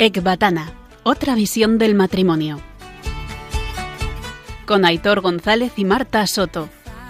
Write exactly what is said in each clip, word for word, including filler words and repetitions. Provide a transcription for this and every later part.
Ecbatana, otra visión del matrimonio. Con Aitor González y Marta Soto.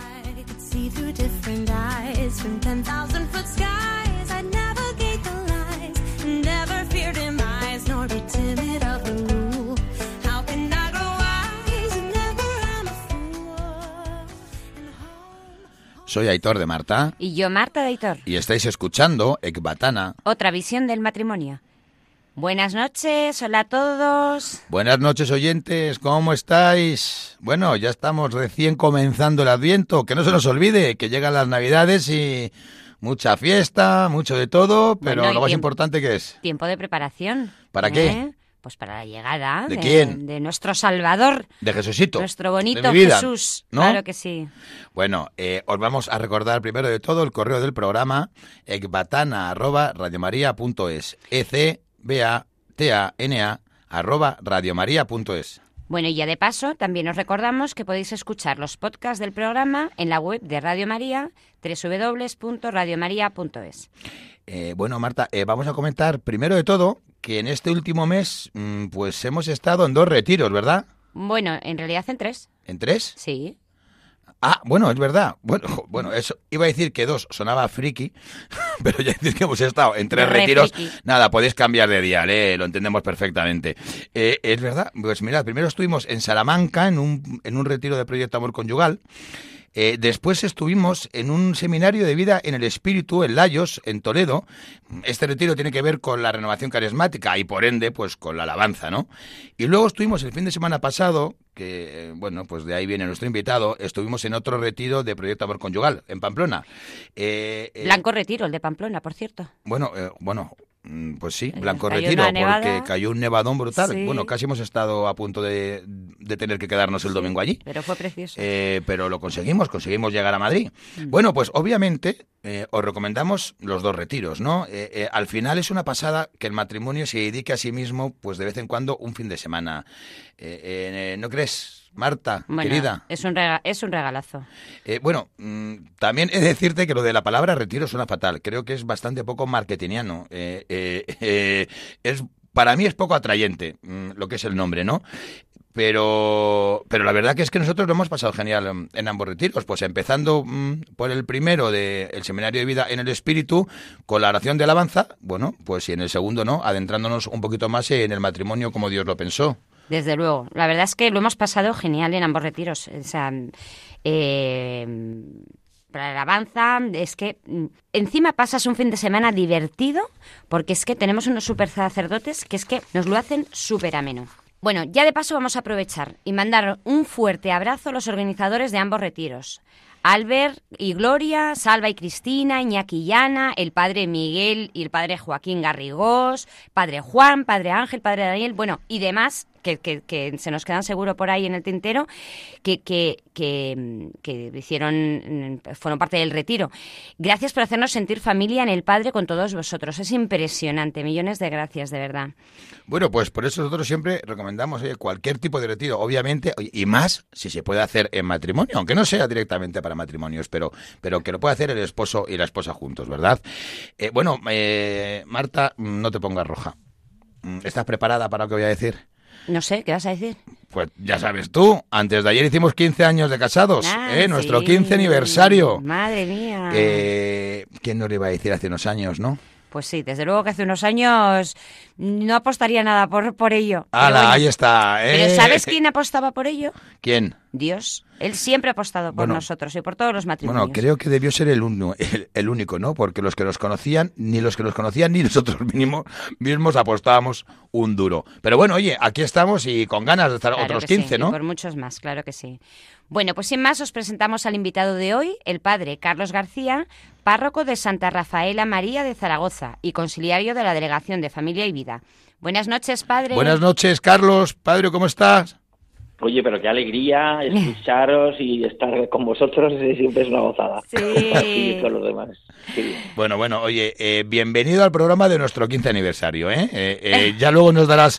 Soy Aitor de Marta. Y yo, Marta de Aitor. Y estáis escuchando Ecbatana, otra visión del matrimonio. Buenas noches, hola a todos. Buenas noches, oyentes, ¿cómo estáis? Bueno, ya estamos recién comenzando el Adviento, que no se nos olvide que llegan las Navidades y mucha fiesta, mucho de todo, pero bueno, lo más tiempo, importante que es... Tiempo de preparación. ¿Para ¿eh? qué? Pues para la llegada ¿De de, quién? de nuestro Salvador. De Jesucito. Nuestro bonito de mi vida, Jesús. ¿no? Claro que sí. Bueno, eh, os vamos a recordar primero de todo el correo del programa ecbatana arroba radiomaria punto es. E C B A T A N A arroba radiomaria punto es. Bueno, y ya de paso, también os recordamos que podéis escuchar los podcasts del programa en la web de Radio María, doble u doble u doble u punto radiomaria punto es. Eh, bueno, Marta, eh, vamos a comentar primero de todo que en este último mes mmm, pues hemos estado en dos retiros, ¿verdad? Bueno, en realidad en tres. ¿En tres? Sí. Ah, bueno, es verdad. Bueno, bueno, eso iba a decir que dos sonaba friki, pero ya decir que hemos estado en tres Re retiros. friki. Nada, podéis cambiar de dial, ¿eh? Lo entendemos perfectamente. Eh, es verdad, pues mirad, primero estuvimos en Salamanca en un, en un retiro de Proyecto Amor Conyugal. Eh, después estuvimos en un seminario de vida en el Espíritu, en Layos, en Toledo. Este retiro tiene que ver con la renovación carismática y por ende, pues con la alabanza, ¿no? Y luego estuvimos el fin de semana pasado, que, eh, bueno, pues de ahí viene nuestro invitado, estuvimos en otro retiro de Proyecto Amor Conyugal, en Pamplona. Eh, eh, Blanco Retiro, el de Pamplona, por cierto. Bueno, eh, bueno... Pues sí, Eh, Blanco cayó Retiro, una nevada. porque cayó un nevadón brutal. Sí. Bueno, casi hemos estado a punto de, de tener que quedarnos el Sí, domingo allí. Pero fue precioso. Eh, pero lo conseguimos, conseguimos llegar a Madrid. Mm. Bueno, pues obviamente eh, os recomendamos los dos retiros, ¿no? Eh, eh, al final es una pasada que el matrimonio se dedique a sí mismo, pues de vez en cuando, un fin de semana. Eh, eh, ¿No crees, Marta, Bueno, querida? Es un, rega- es un regalazo. Eh, bueno, mmm, también he de decirte que lo de la palabra retiro suena fatal. Creo que es bastante poco marketingiano. Eh, eh, eh, es, para mí es poco atrayente mmm, lo que es el nombre, ¿no? Pero, pero la verdad que es que nosotros lo hemos pasado genial en ambos retiros. Pues empezando mmm, por el primero del Seminario de Vida en el Espíritu, con la oración de alabanza, bueno, pues y en el segundo, ¿no? Adentrándonos un poquito más en el matrimonio como Dios lo pensó. Desde luego. La verdad es que lo hemos pasado genial en ambos retiros. O sea, eh, para la alabanza es que mm, encima pasas un fin de semana divertido porque es que tenemos unos super sacerdotes que es que nos lo hacen súper ameno. Bueno, ya de paso vamos a aprovechar y mandar un fuerte abrazo a los organizadores de ambos retiros. Albert y Gloria, Salva y Cristina, Iñaki y Ana, el padre Miguel y el padre Joaquín Garrigós, padre Juan, padre Ángel, padre Daniel, bueno, y demás que, que, que se nos quedan seguro por ahí en el tintero, que, que, que, que hicieron, fueron parte del retiro. Gracias por hacernos sentir familia en el Padre con todos vosotros. Es impresionante. Millones de gracias, de verdad. Bueno, pues por eso nosotros siempre recomendamos oye, cualquier tipo de retiro, obviamente, y más si se puede hacer en matrimonio, aunque no sea directamente para matrimonios, pero, pero que lo pueda hacer el esposo y la esposa juntos, ¿verdad? Eh, bueno, eh, Marta, no te pongas roja. ¿Estás preparada para lo que voy a decir? No sé, ¿qué vas a decir? Pues ya sabes tú, antes de ayer hicimos quince años de casados, Ah, ¿eh? Nuestro sí. quince aniversario. Madre mía. Eh, ¿Quién nos lo iba a decir hace unos años, no? Pues sí, desde luego que hace unos años no apostaría nada por, por ello. ¡Hala, Pero bueno, ahí está! ¿eh? ¿Pero sabes quién apostaba por ello? ¿Quién? Dios. Él siempre ha apostado por Bueno, nosotros y por todos los matrimonios. Bueno, creo que debió ser el, uno, el, el único, ¿no? Porque los que nos conocían, ni los que nos conocían, ni nosotros mismos, mismos apostábamos un duro. Pero bueno, oye, aquí estamos y con ganas de estar Claro otros que quince, sí, ¿no? Y por muchos más, claro que sí. Bueno, pues sin más os presentamos al invitado de hoy, el padre Carlos García, párroco de Santa Rafaela María de Zaragoza y conciliario de la Delegación de Familia y Vida. Buenas noches, padre. Buenas noches, Carlos. Padre, ¿cómo estás? Oye, pero qué alegría escucharos y estar con vosotros, siempre es una gozada. Sí. Y con los demás. Sí. Bueno, bueno, oye, eh, bienvenido al programa de nuestro quince aniversario, ¿eh? eh, eh ya luego nos darás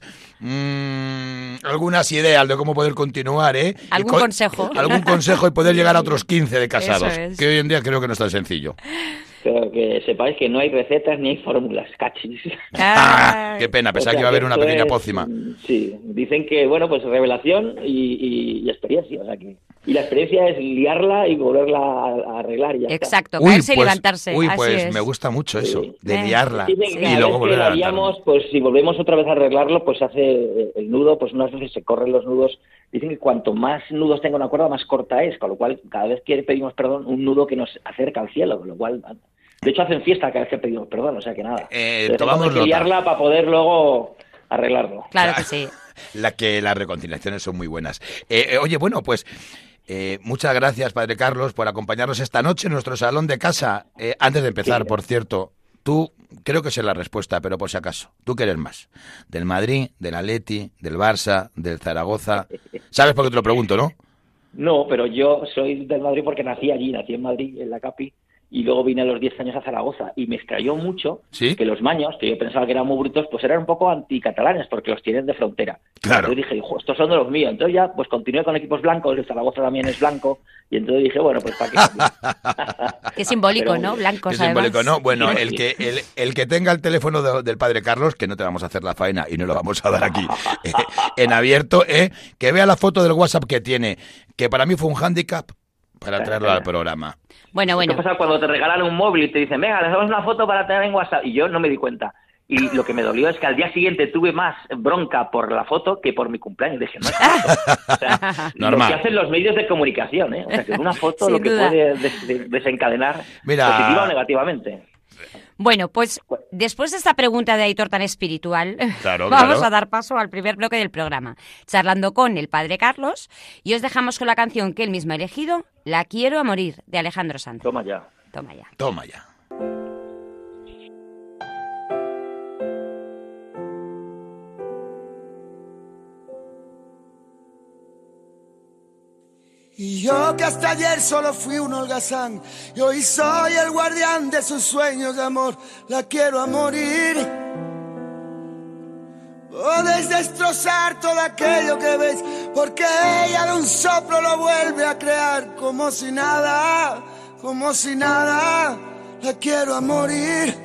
Mm, algunas ideas de cómo poder continuar, ¿eh? ¿Algún co- consejo? Algún consejo y poder llegar a otros quince de casados, Eso es. que hoy en día creo que no es tan sencillo. Pero que sepáis que no hay recetas ni hay fórmulas, cachis. Ah, qué pena, O pensaba sea, que iba a haber una esto pequeña es, pócima. mm, Sí, dicen que, bueno, pues revelación y, y, y experiencia, o sea que... Y la experiencia es liarla y volverla a, a arreglar y ya está. Exacto, Uy, caerse y pues, levantarse. uy, así pues es. me gusta mucho eso, Sí. de Eh, liarla Dicen que y cada luego vez volver que a la levantarme. liamos, pues si volvemos otra vez a arreglarlo, pues hace el nudo, pues unas veces se corren los nudos. Dicen que cuanto más nudos tenga una cuerda, más corta es, con lo cual cada vez que pedimos perdón, un nudo que nos acerca al cielo, con lo cual... De hecho, hacen fiesta cada vez que pedimos perdón, o sea que nada. Eh, Entonces, tomamos hay que nota. liarla para poder luego arreglarlo. Claro que sí. La que las reconciliaciones son muy buenas. Eh, eh, oye, bueno, pues eh, muchas gracias, Padre Carlos, por acompañarnos esta noche en nuestro salón de casa. Eh, antes de empezar, Sí. por cierto, tú, creo que sé la respuesta, pero por si acaso, ¿tú qué eres más? ¿Del Madrid, del Atleti, del Barça, del Zaragoza? ¿Sabes por qué te lo pregunto, no? No, pero yo soy del Madrid porque nací allí, nací en Madrid, en la Capi, y luego vine a los diez años a Zaragoza. Y me extrañó mucho ¿Sí? que los maños, que yo pensaba que eran muy brutos, pues eran un poco anticatalanes, porque los tienen de frontera. Claro. Entonces dije, "Hijo, estos son de los míos". Entonces ya, pues continué con equipos blancos, el Zaragoza también es blanco, y entonces dije, bueno, pues para qué. Qué simbólico, Pero, ¿no? Blancos, Qué además. simbólico, ¿no? Bueno, Sí. el que, el, el que tenga el teléfono de- del Padre Carlos, que no te vamos a hacer la faena y no lo vamos a dar aquí eh, en abierto, eh, que vea la foto del WhatsApp que tiene, que para mí fue un hándicap para traerlo al programa. Bueno, ¿Qué bueno. pasa cuando te regalan un móvil y te dicen, venga, les damos una foto para tener en WhatsApp? Y yo no me di cuenta. Y lo que me dolió es que al día siguiente tuve más bronca por la foto que por mi cumpleaños. Dije, no es cierto. O sea, Normal. lo que hacen los medios de comunicación, ¿eh? O sea, que una foto Sin lo que duda. puede des- des- desencadenar Mira. positiva o negativamente. Bueno, pues después de esta pregunta de Aitor tan espiritual, Claro, vamos claro. a dar paso al primer bloque del programa, charlando con el Padre Carlos, y os dejamos con la canción que él mismo ha elegido, La quiero a morir, de Alejandro Sanz. Toma ya. Toma ya. Toma ya. Y yo que hasta ayer solo fui un holgazán, y hoy soy el guardián de sus sueños de amor, la quiero a morir. Podéis destrozar todo aquello que veis, porque ella de un soplo lo vuelve a crear, como si nada, como si nada, la quiero a morir.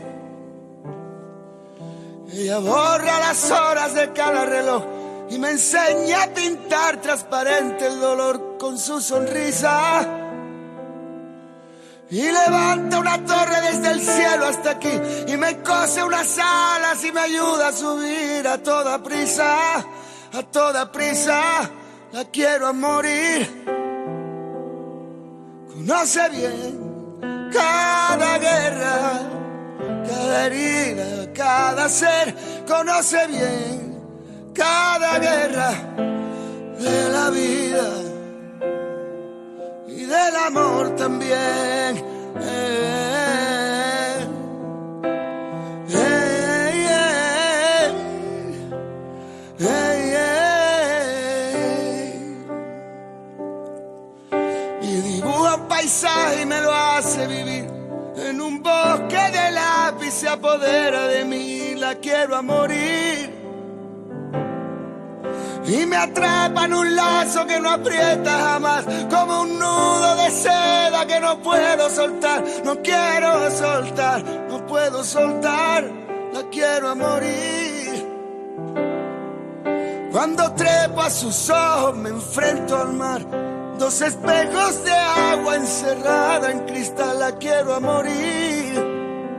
Ella borra las horas de cada reloj y me enseña a pintar transparente el dolor con su sonrisa. Y levanta una torre desde el cielo hasta aquí y me cose unas alas y me ayuda a subir a toda prisa, a toda prisa, la quiero a morir. Conoce bien cada guerra, cada herida, cada ser, conoce bien cada guerra de la vida y del amor también. Eh, eh, eh, eh, eh. Y dibuja un paisaje y me lo hace vivir. En un bosque de lápiz se apodera de mí, la quiero a morir. Y me atrapa en un lazo que no aprieta jamás, como un nudo de seda que no puedo soltar. No quiero soltar, no puedo soltar, la quiero a morir. Cuando trepo a sus ojos me enfrento al mar, dos espejos de agua encerrada en cristal, la quiero a morir.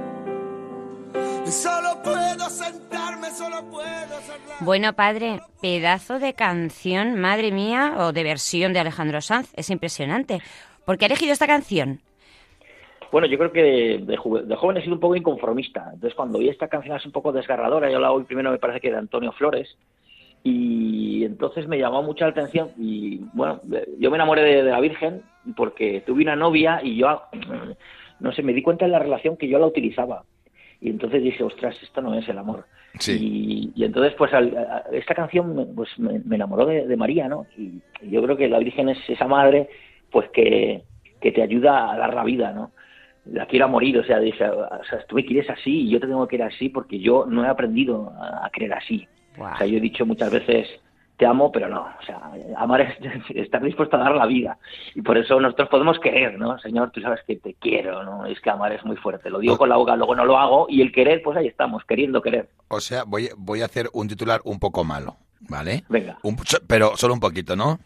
Y solo puedo sentarme, solo puedo hablar. Bueno, padre, pedazo de canción, madre mía, o de versión de Alejandro Sanz, es impresionante. ¿Por qué ha elegido esta canción? Bueno, yo creo que de, de, juve- de joven he sido un poco inconformista. Entonces, cuando oí esta canción es un poco desgarradora, yo la oí primero, me parece que de Antonio Flores, y entonces me llamó mucho la atención. Y bueno, yo me enamoré de, de la Virgen porque tuve una novia y yo, no sé, me di cuenta de la relación que yo la utilizaba. Y entonces dije, ostras, esto no es el amor. Sí. Y, y entonces, pues, al, a, esta canción me- pues, me, me enamoró de, de María, ¿no? Y, y yo creo que la Virgen es esa madre, pues, que, que te ayuda a dar la vida, ¿no? La quiero a morir, o sea, dije, o sea, tú me quieres así y yo te tengo que querer así porque yo no he aprendido a, a querer así. Wow. O sea, yo he dicho muchas veces, te amo, pero no. O sea, amar es estar dispuesto a dar la vida. Y por eso nosotros podemos querer, ¿no? Señor, tú sabes que te quiero, ¿no? Es que amar es muy fuerte. Lo digo con la boca, luego no lo hago. Y el querer, pues ahí estamos, queriendo querer. O sea, voy, voy a hacer un titular un poco malo, ¿vale? Venga. Un, pero solo un poquito, ¿no?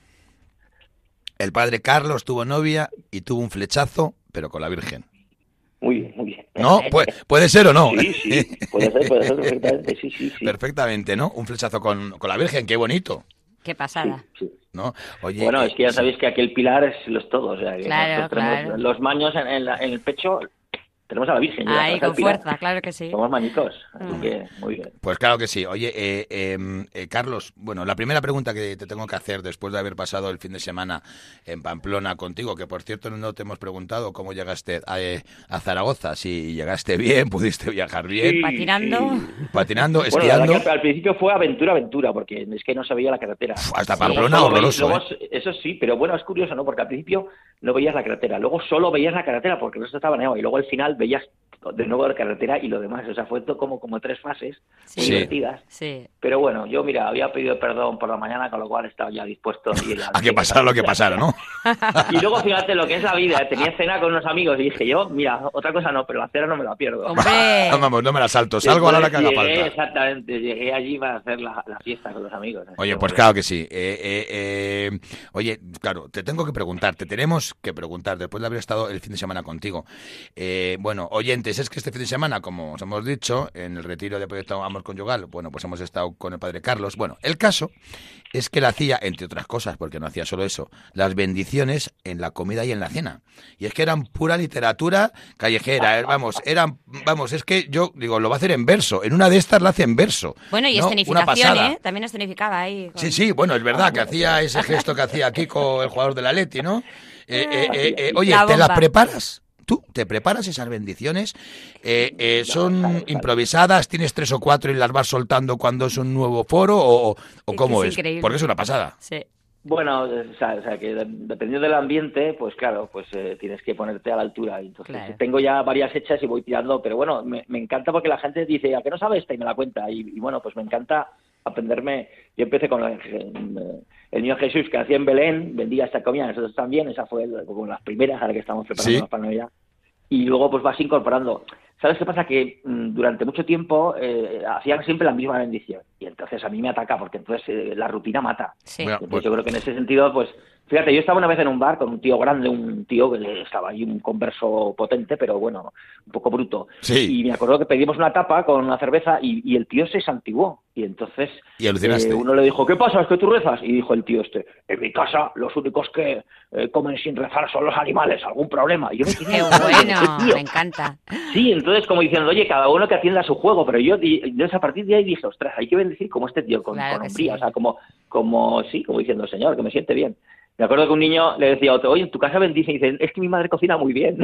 El padre Carlos tuvo novia y tuvo un flechazo, pero con la Virgen. Muy bien, muy bien. ¿No? ¿Puede, puede ser o no? Sí, sí, puede ser, puede ser perfectamente, sí, sí, sí. Perfectamente, ¿no? Un flechazo con, con la Virgen, qué bonito. Qué pasada. Sí, sí. ¿No? Oye, bueno, eh, es que ya sí. sabéis que aquí el pilar es los todos. O sea, que Claro, nosotros tenemos claro. los maños en, en, la- en el pecho, tenemos a la Virgen. y Ahí, detrás con al pilar. fuerza, claro que sí. Somos manicos, así Mm. que muy bien. Pues claro que sí. Oye, eh, eh, eh, Carlos, bueno, la primera pregunta que te tengo que hacer después de haber pasado el fin de semana en Pamplona contigo, que por cierto no te hemos preguntado cómo llegaste a, eh, a Zaragoza, si llegaste bien, pudiste viajar bien, Sí, Patinando. sí. patinando, Bueno, la esquiando. verdad que al principio fue aventura, aventura, porque es que no se veía la carretera. Uf, hasta Sí. Pamplona, Luego- horroroso, luego- ¿eh? Eso sí, pero bueno, es curioso, ¿no? Porque al principio no veías la carretera, luego solo veías la carretera porque el resto estaba nevado, y luego al final veías de nuevo la carretera y lo demás. O sea, fue todo como, como tres fases muy Sí. divertidas. Sí. Pero bueno, yo, mira, había pedido perdón por la mañana, con lo cual estaba ya dispuesto a ir A que pasara lo que pasara, ¿no? Y luego, fíjate lo que es la vida. Tenía cena con unos amigos y dije yo, mira, otra cosa no, pero la cena no me la pierdo. Hombre. Vamos, no me la salto, salgo a la hora que haga Llegué, falta. Exactamente, llegué allí para hacer la, la fiesta con los amigos. Así Oye, que, pues bueno. claro que sí. Eh, eh, eh, oye, claro, te tengo que preguntar, te tenemos que preguntar, después de haber estado el fin de semana contigo. Eh, bueno, oyentes, es que este fin de semana, como os hemos dicho, en el retiro de Proyecto Amor Conyugal, bueno, pues hemos estado con el padre Carlos. Bueno, el caso es que él hacía, entre otras cosas, porque no hacía solo eso, las bendiciones en la comida y en la cena. Y es que eran pura literatura callejera, eh, vamos, eran, vamos, es que yo digo, lo va a hacer en verso, en una de estas la hace en verso. Bueno, y ¿no? Una escenificación, pasada. ¿eh? También escenificaba ahí. con- Sí, sí, bueno, es verdad que hacía ese gesto que hacía Kiko, el jugador del Atleti, ¿no? Eh, eh, eh, eh, oye, La ¿te las bomba. preparas? ¿Tú te preparas esas bendiciones? Eh, eh, ¿Son improvisadas? ¿Tienes tres o cuatro y las vas soltando cuando es un nuevo foro? ¿O, o Es cómo que es? es increíble. Porque es una pasada. Sí. Bueno, o sea, o sea, que de- dependiendo del ambiente, pues claro, pues eh, tienes que ponerte a la altura. Y entonces Claro. tengo ya varias hechas y voy tirando, pero bueno, me, me encanta porque la gente dice, ¿a qué no sabe esta? Y me la cuenta. Y, y bueno, pues me encanta aprenderme. Yo empecé con el, el niño Jesús que hacía en Belén, vendía esta comida, nosotros también, esa fue el- como las primeras, ahora que estamos preparando Sí. para Navidad. Y luego pues vas incorporando. ¿Sabes qué pasa? Que mm, durante mucho tiempo eh, hacían siempre la misma bendición. Y entonces a mí me ataca, porque entonces eh, la rutina mata. Sí. Bueno, Entonces, pues- yo creo que en ese sentido, pues, fíjate, yo estaba una vez en un bar con un tío grande, un tío que le- estaba ahí, un converso potente, pero bueno, un poco bruto. Sí. Y me acuerdo que pedimos una tapa con una cerveza y, y el tío se santiguó. Y entonces Y alucinaste. eh, uno le dijo, ¿qué pasa? ¿Es que tú rezas? Y dijo el tío este, en mi casa los únicos que eh, comen sin rezar son los animales, ¿algún problema? Y yo me quedé, Qué "Joder, bueno, ¿qué tío?". me encanta. Sí, entonces como diciendo, oye, cada uno que atienda su juego, pero yo, di- entonces a partir de ahí dije, ostras, hay que bendecir como este tío, con, Claro con que hombría, sí. o sea, como, como, sí, como diciendo, señor, que me siente bien. Me acuerdo que un niño le decía a otro, oye, en tu casa bendice, y dice, es que mi madre cocina muy bien.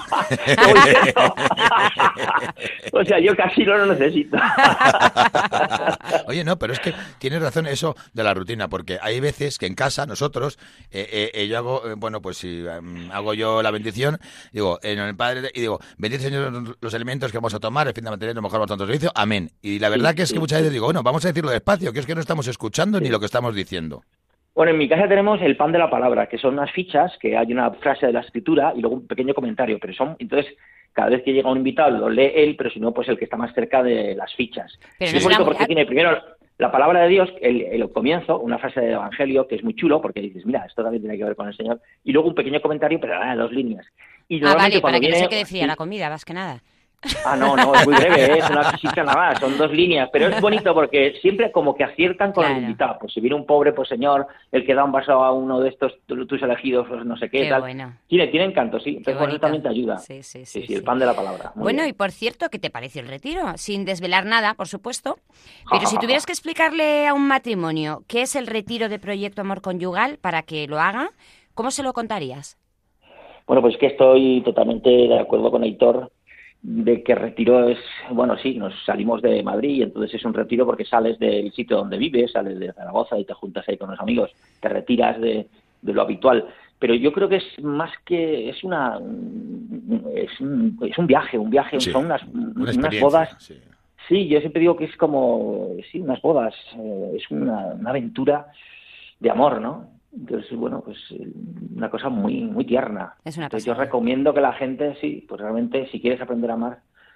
O sea, yo casi no lo necesito. Oye, no, pero es que tienes razón eso de la rutina, porque hay veces que en casa nosotros, eh, eh, eh, yo hago, eh, bueno, pues si em, hago yo la bendición, digo, en el Padre, de- y digo, bendice Señor los alimentos que vamos a tomar, el fin de mantener, lo mejor tanto servicio, amén. Y la verdad Sí, que es que sí, muchas sí. veces digo, bueno, vamos a decirlo despacio, que es que no estamos escuchando ni lo que estamos diciendo. Bueno, en mi casa tenemos el pan de la palabra, que son unas fichas, que hay una frase de la escritura y luego un pequeño comentario, pero son, entonces, cada vez que llega un invitado lo lee él, pero si no, pues el que está más cerca de las fichas. Pero Es no será bonito muy- porque tiene primero la palabra de Dios, el, el comienzo, una frase del Evangelio que es muy chulo, porque dices, mira, esto también tiene que ver con el Señor, y luego un pequeño comentario, pero ah, dos líneas. Y Ah, normalmente vale, cuando para que no viene- se quede fría sí. la comida, más que nada. Ah, no, no, es muy breve, ¿eh? Es una fisita nada más, son dos líneas, pero es bonito porque siempre como que aciertan con Claro. el invitado. Pues si viene un pobre, pues señor, el que da un vaso a uno de estos, tú- tus elegidos, pues no sé qué, Qué tal. bueno. Tiene, tiene encanto, sí, Qué entonces por eso bonito. también te ayuda. Sí, sí, Sí, sí, sí, el sí. pan de la palabra. Muy Bueno, bien. y por cierto, ¿qué te pareció el retiro? Sin desvelar nada, por supuesto. Pero si tuvieras que explicarle a un matrimonio qué es el retiro de Proyecto Amor Conyugal para que lo haga, ¿cómo se lo contarías? Bueno, pues que estoy totalmente de acuerdo con Aitor de que retiro es, bueno, sí, nos salimos de Madrid y entonces es un retiro porque sales del sitio donde vives, sales de Zaragoza y te juntas ahí con los amigos, te retiras de, de lo habitual. Pero yo creo que es más que, es una, es un, es un viaje, un viaje, Sí, son unas, una unas experiencia, bodas. sí. Sí, yo siempre digo que es como, sí, unas bodas, eh, es una, una aventura de amor, ¿no? Entonces, bueno, pues una cosa muy muy tierna. Es una Entonces, yo pasada. recomiendo que la gente, sí, pues realmente, si quieres aprender a amar,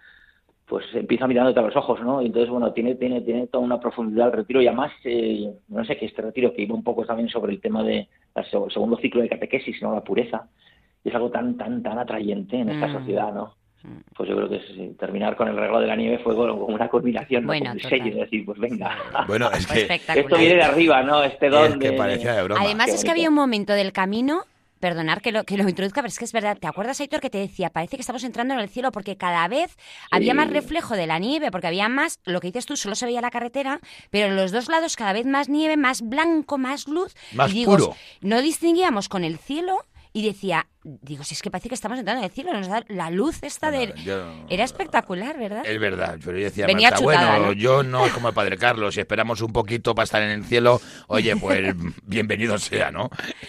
pues empieza mirándote a los ojos, ¿no? Y entonces, bueno, tiene tiene tiene toda una profundidad el retiro y además, eh, no sé, que este retiro que iba un poco también sobre el tema de el segundo ciclo de catequesis, ¿no? La pureza, es algo tan tan tan atrayente en esta Mm. sociedad, ¿no? Pues yo creo que sí, terminar con el regalo de la nieve fue como una culminación, ¿no? Bueno, Como el total. sello, de decir, pues venga. Bueno, es Fue que, espectacular. Esto viene de arriba, ¿no? Este don es que de- parecía de broma. Además Qué es que bonito. había un momento del camino, perdonar que lo, que lo introduzca, pero es que es verdad, ¿te acuerdas, Aitor, que te decía, parece que estamos entrando en el cielo porque cada vez había más reflejo de la nieve, porque había más, lo que dices tú, solo se veía la carretera, pero en los dos lados cada vez más nieve, más blanco, más luz. Más y digo, puro. no distinguíamos con el cielo y decía, digo, si es que parece que estamos entrando en el cielo, nos da la luz esta Bueno, de... yo- Era espectacular, ¿verdad? Es verdad, pero yo decía, Venía Marta, chutada, bueno, ¿no? yo no es como el Padre Carlos, si esperamos un poquito para estar en el cielo, oye, pues bienvenido sea, ¿no?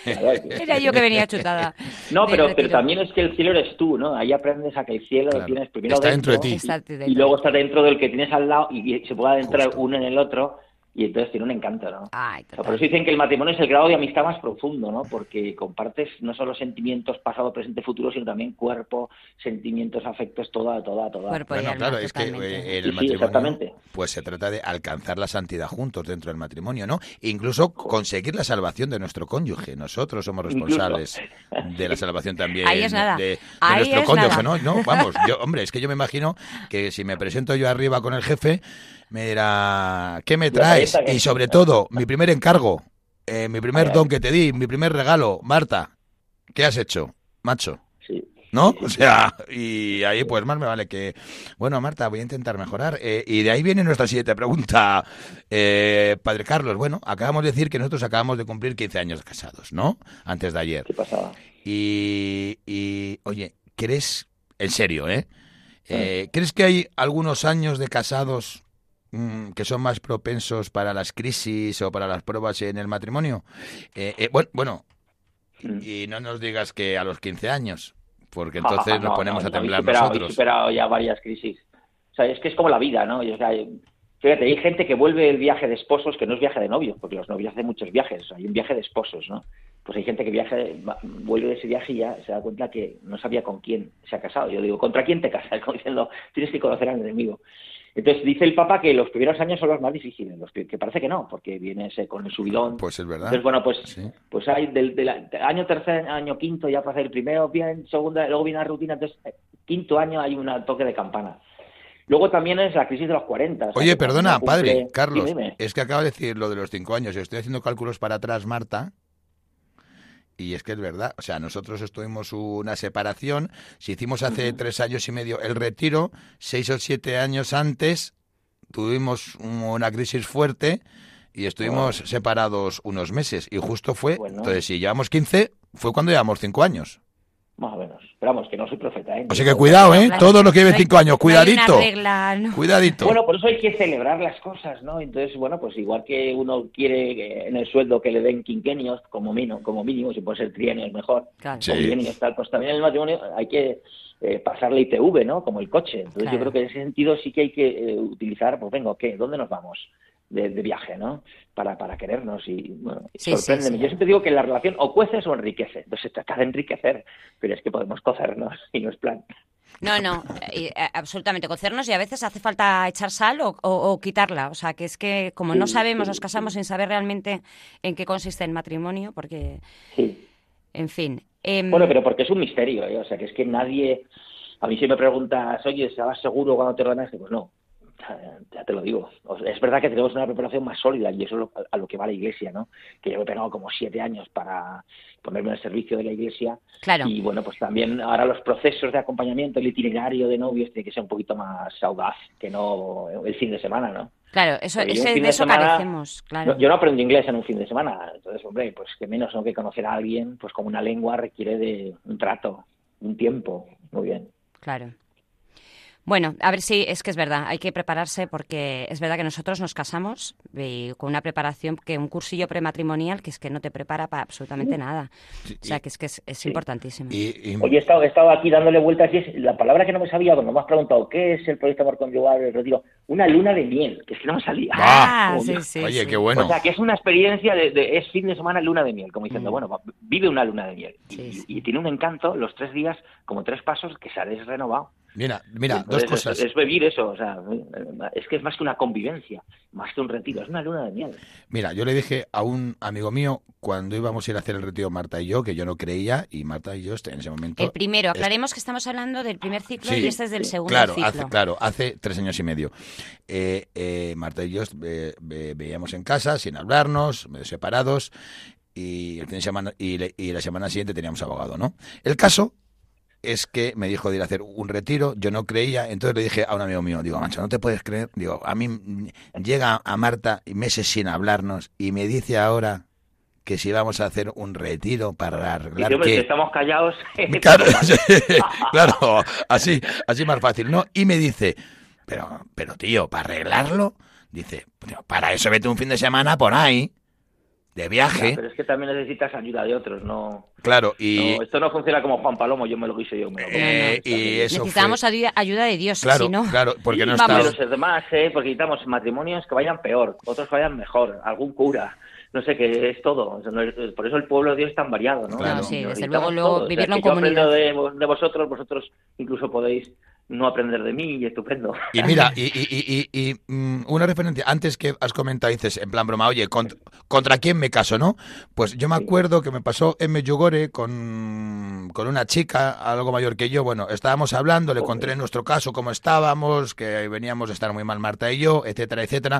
Era yo que venía chutada. No, del pero, pero retiro. también es que el cielo eres tú, ¿no? Ahí aprendes a que el cielo Claro. lo tienes primero Está dentro, dentro de ti. Está dentro. y luego está dentro del que tienes al lado y, y se puede adentrar Justo. uno en el otro y entonces tiene un encanto, ¿no? Ay, O sea, total. por eso dicen que el matrimonio es el grado de amistad más profundo, ¿no? Porque compartes no solo sentimientos pasado, presente, futuro, sino también cuerpo, sentimientos, afectos, toda, toda, toda. Cuerpo y Bueno, alma, claro, es que totalmente. eh, el Sí, sí, matrimonio, exactamente. pues se trata de alcanzar la santidad juntos dentro del matrimonio, ¿no? Incluso conseguir la salvación de nuestro cónyuge. Nosotros somos responsables de la salvación también Ahí es nada. de, de Ahí nuestro es cónyuge, nada. ¿no? No, vamos, yo, hombre, es que yo me imagino que si me presento yo arriba con el jefe, me dirá, ¿qué me La traes? galleta que- Y sobre todo, mi primer encargo, eh, mi primer Ay, don ay. que te di, mi primer regalo, Marta, ¿qué has hecho, macho? Sí. ¿No? O sea, y ahí pues más me vale que... Bueno, Marta, voy a intentar mejorar. Eh, y de ahí viene nuestra siguiente pregunta. Eh, Padre Carlos, bueno, acabamos de decir que nosotros acabamos de cumplir quince años de casados, ¿no? Antes de ayer. ¿Qué pasaba? Y, y oye, ¿crees, en serio, eh? eh ¿crees que hay algunos años de casados mm, que son más propensos para las crisis o para las pruebas en el matrimonio? Eh, eh, bueno, bueno, Mm. y no nos digas que a los quince años, porque entonces No, nos ponemos no, a temblar habéis superado, habéis nosotros. superado ya varias crisis. O sea, es que es como la vida, ¿no? Y, o sea, fíjate, hay gente que vuelve el viaje de esposos que no es viaje de novios, porque los novios hacen muchos viajes, o sea, hay un viaje de esposos, ¿no? Pues hay gente que viaja, va- vuelve de ese viaje y ya se da cuenta que no sabía con quién se ha casado. Yo digo, ¿contra quién te casas? Como diciendo, tienes que conocer al enemigo. Entonces dice el Papa que los primeros años son los más difíciles, los que, que parece que no, porque viene ese con el subidón. Pues es verdad. Entonces, bueno, pues, Sí. pues hay del, del año tercer, año quinto ya pasa el primero, bien, segunda, luego viene la rutina, entonces eh, quinto año hay un toque de campana. Luego también es la crisis de los cuarenta. O sea, Oye, que cuando perdona, uno cumple- padre, Carlos, Dime, dime. es que acaba de decir lo de los cinco años. Estoy haciendo cálculos para atrás, Marta, y es que es verdad. O sea, nosotros estuvimos una separación. Si hicimos hace Ujú. tres años y medio el retiro, seis o siete años antes tuvimos una crisis fuerte y estuvimos Wow. separados unos meses. Y justo fue, Bueno. entonces si llevamos quince, fue cuando llevamos cinco años. Más o menos. Pero vamos, que no soy profeta, ¿eh? Así que cuidado, ¿eh? Claro. Todos los que lleven No hay- cinco años, no hay una cuidadito. regla, no. Cuidadito. Bueno, por eso hay que celebrar las cosas, ¿no? Entonces, bueno, pues igual que uno quiere que en el sueldo que le den quinquenios, como mínimo, como mínimo, si puede ser trienios mejor, Claro. Sí. o bienios, tal, pues también en el matrimonio hay que eh, pasar la I T V, ¿no? Como el coche. Entonces Claro. yo creo que en ese sentido sí que hay que eh, utilizar, pues venga, ¿qué? ¿Dónde nos vamos? De, de viaje, ¿no? Para, para querernos y, bueno, Sí, sí, sorpréndeme. sí. Yo siempre digo que la relación o cueces o enriquece. Entonces se trata de enriquecer, pero es que podemos cocernos y no es plan. No, no, eh, eh, absolutamente cocernos y a veces hace falta echar sal o, o- o quitarla. O sea, que es que como no Sí, sabemos, sí, nos casamos sin saber realmente en qué consiste el matrimonio, porque, Sí. en fin. em, Bueno, pero porque es un misterio, ¿eh? O sea, que es que nadie... A mí si me preguntas, oye, ¿estabas seguro cuando te ordenaste? Pues no, ya te lo digo. O sea, es verdad que tenemos una preparación más sólida y eso es lo- a lo que va la Iglesia, ¿no? Que yo me he pegado como siete años para ponerme al servicio de la Iglesia. Claro. Y bueno, pues también ahora los procesos de acompañamiento, el itinerario de novios tiene que ser un poquito más audaz que no el fin de semana, ¿no? Claro, eso, Porque yo ese- un fin de de eso semana- carecemos, claro. No, yo no aprendo inglés en un fin de semana, entonces, hombre, pues que menos, ¿no? Que conocer a alguien, pues como una lengua requiere de un trato, un tiempo. Muy bien. Claro. Bueno, a ver si es que es verdad, hay que prepararse porque es verdad que nosotros nos casamos y con una preparación, que un cursillo prematrimonial que es que no te prepara para absolutamente nada. Sí, o sea, y, que es que es, es sí. importantísimo. Y, y... Oye, he estado, he estado aquí dándole vueltas y es la palabra que no me sabía cuando me has preguntado ¿qué es el proyecto Amor Conyugal, el retiro? Una luna de miel, que es que no me salía. Ah, Como sí, yo. sí. Oye, sí. qué bueno. O sea, que es una experiencia de, de es fin de semana luna de miel, como diciendo, Mm. bueno, va, vive una luna de miel. Sí, y, sí. y tiene un encanto, los tres días, como tres pasos, que sales renovado. Mira, mira, Entonces, dos cosas. Es, es vivir eso, o sea, es que es más que una convivencia, más que un retiro, es una luna de miel. Mira, yo le dije a un amigo mío cuando íbamos a ir a hacer el retiro Marta y yo, que yo no creía, y Marta y yo en ese momento... El primero, es- aclaremos que estamos hablando del primer ciclo Sí, y este es del segundo Claro, ciclo. hace, claro, hace tres años y medio. Eh, eh, Marta y yo eh, ve- veíamos en casa, sin hablarnos, eh, separados, y, el fin de semana, y, le- y la semana siguiente teníamos abogado, ¿no? El caso es que me dijo de ir a hacer un retiro, yo no creía, entonces le dije a un amigo mío, digo, macho, no te puedes creer, digo, a mí mm, llega a Marta meses sin hablarnos y me dice ahora que si vamos a hacer un retiro para Y arreglar si, hombre, qué. si estamos callados... Claro, claro, así, así más fácil, ¿no? Y me dice, pero, pero tío, ¿para arreglarlo? Dice, para eso vete un fin de semana por ahí, de viaje. Ya, pero es que también necesitas ayuda de otros, ¿no? Claro, y... No, esto no funciona como Juan Palomo, yo me lo hice yo. Me lo Eh, no, no, y eso Necesitamos fue... ayuda, ayuda de Dios, Claro, si no... claro, porque no Vamos. está... Pero los demás, ¿eh? Porque necesitamos matrimonios que vayan peor, otros que vayan mejor, algún cura, no sé, que es todo. O sea, no es- por eso el pueblo de Dios es tan variado, ¿no? Claro. No, sí, Nos desde necesitamos luego, luego todos. O sea, vivirlo que en yo aprendo comunidad. de, vo- de vosotros, vosotros incluso podéis no aprender de mí, y estupendo. Y mira, y, y, y, y, y, mm, una referencia, antes que has comentado, dices, en plan broma, oye, ¿contra, ¿contra quién me caso, no? Pues yo me Sí. acuerdo que me pasó en Medjugorje con, con una chica, algo mayor que yo, bueno, estábamos hablando, le conté en nuestro caso cómo estábamos, que veníamos de estar muy mal Marta y yo, etcétera, etcétera.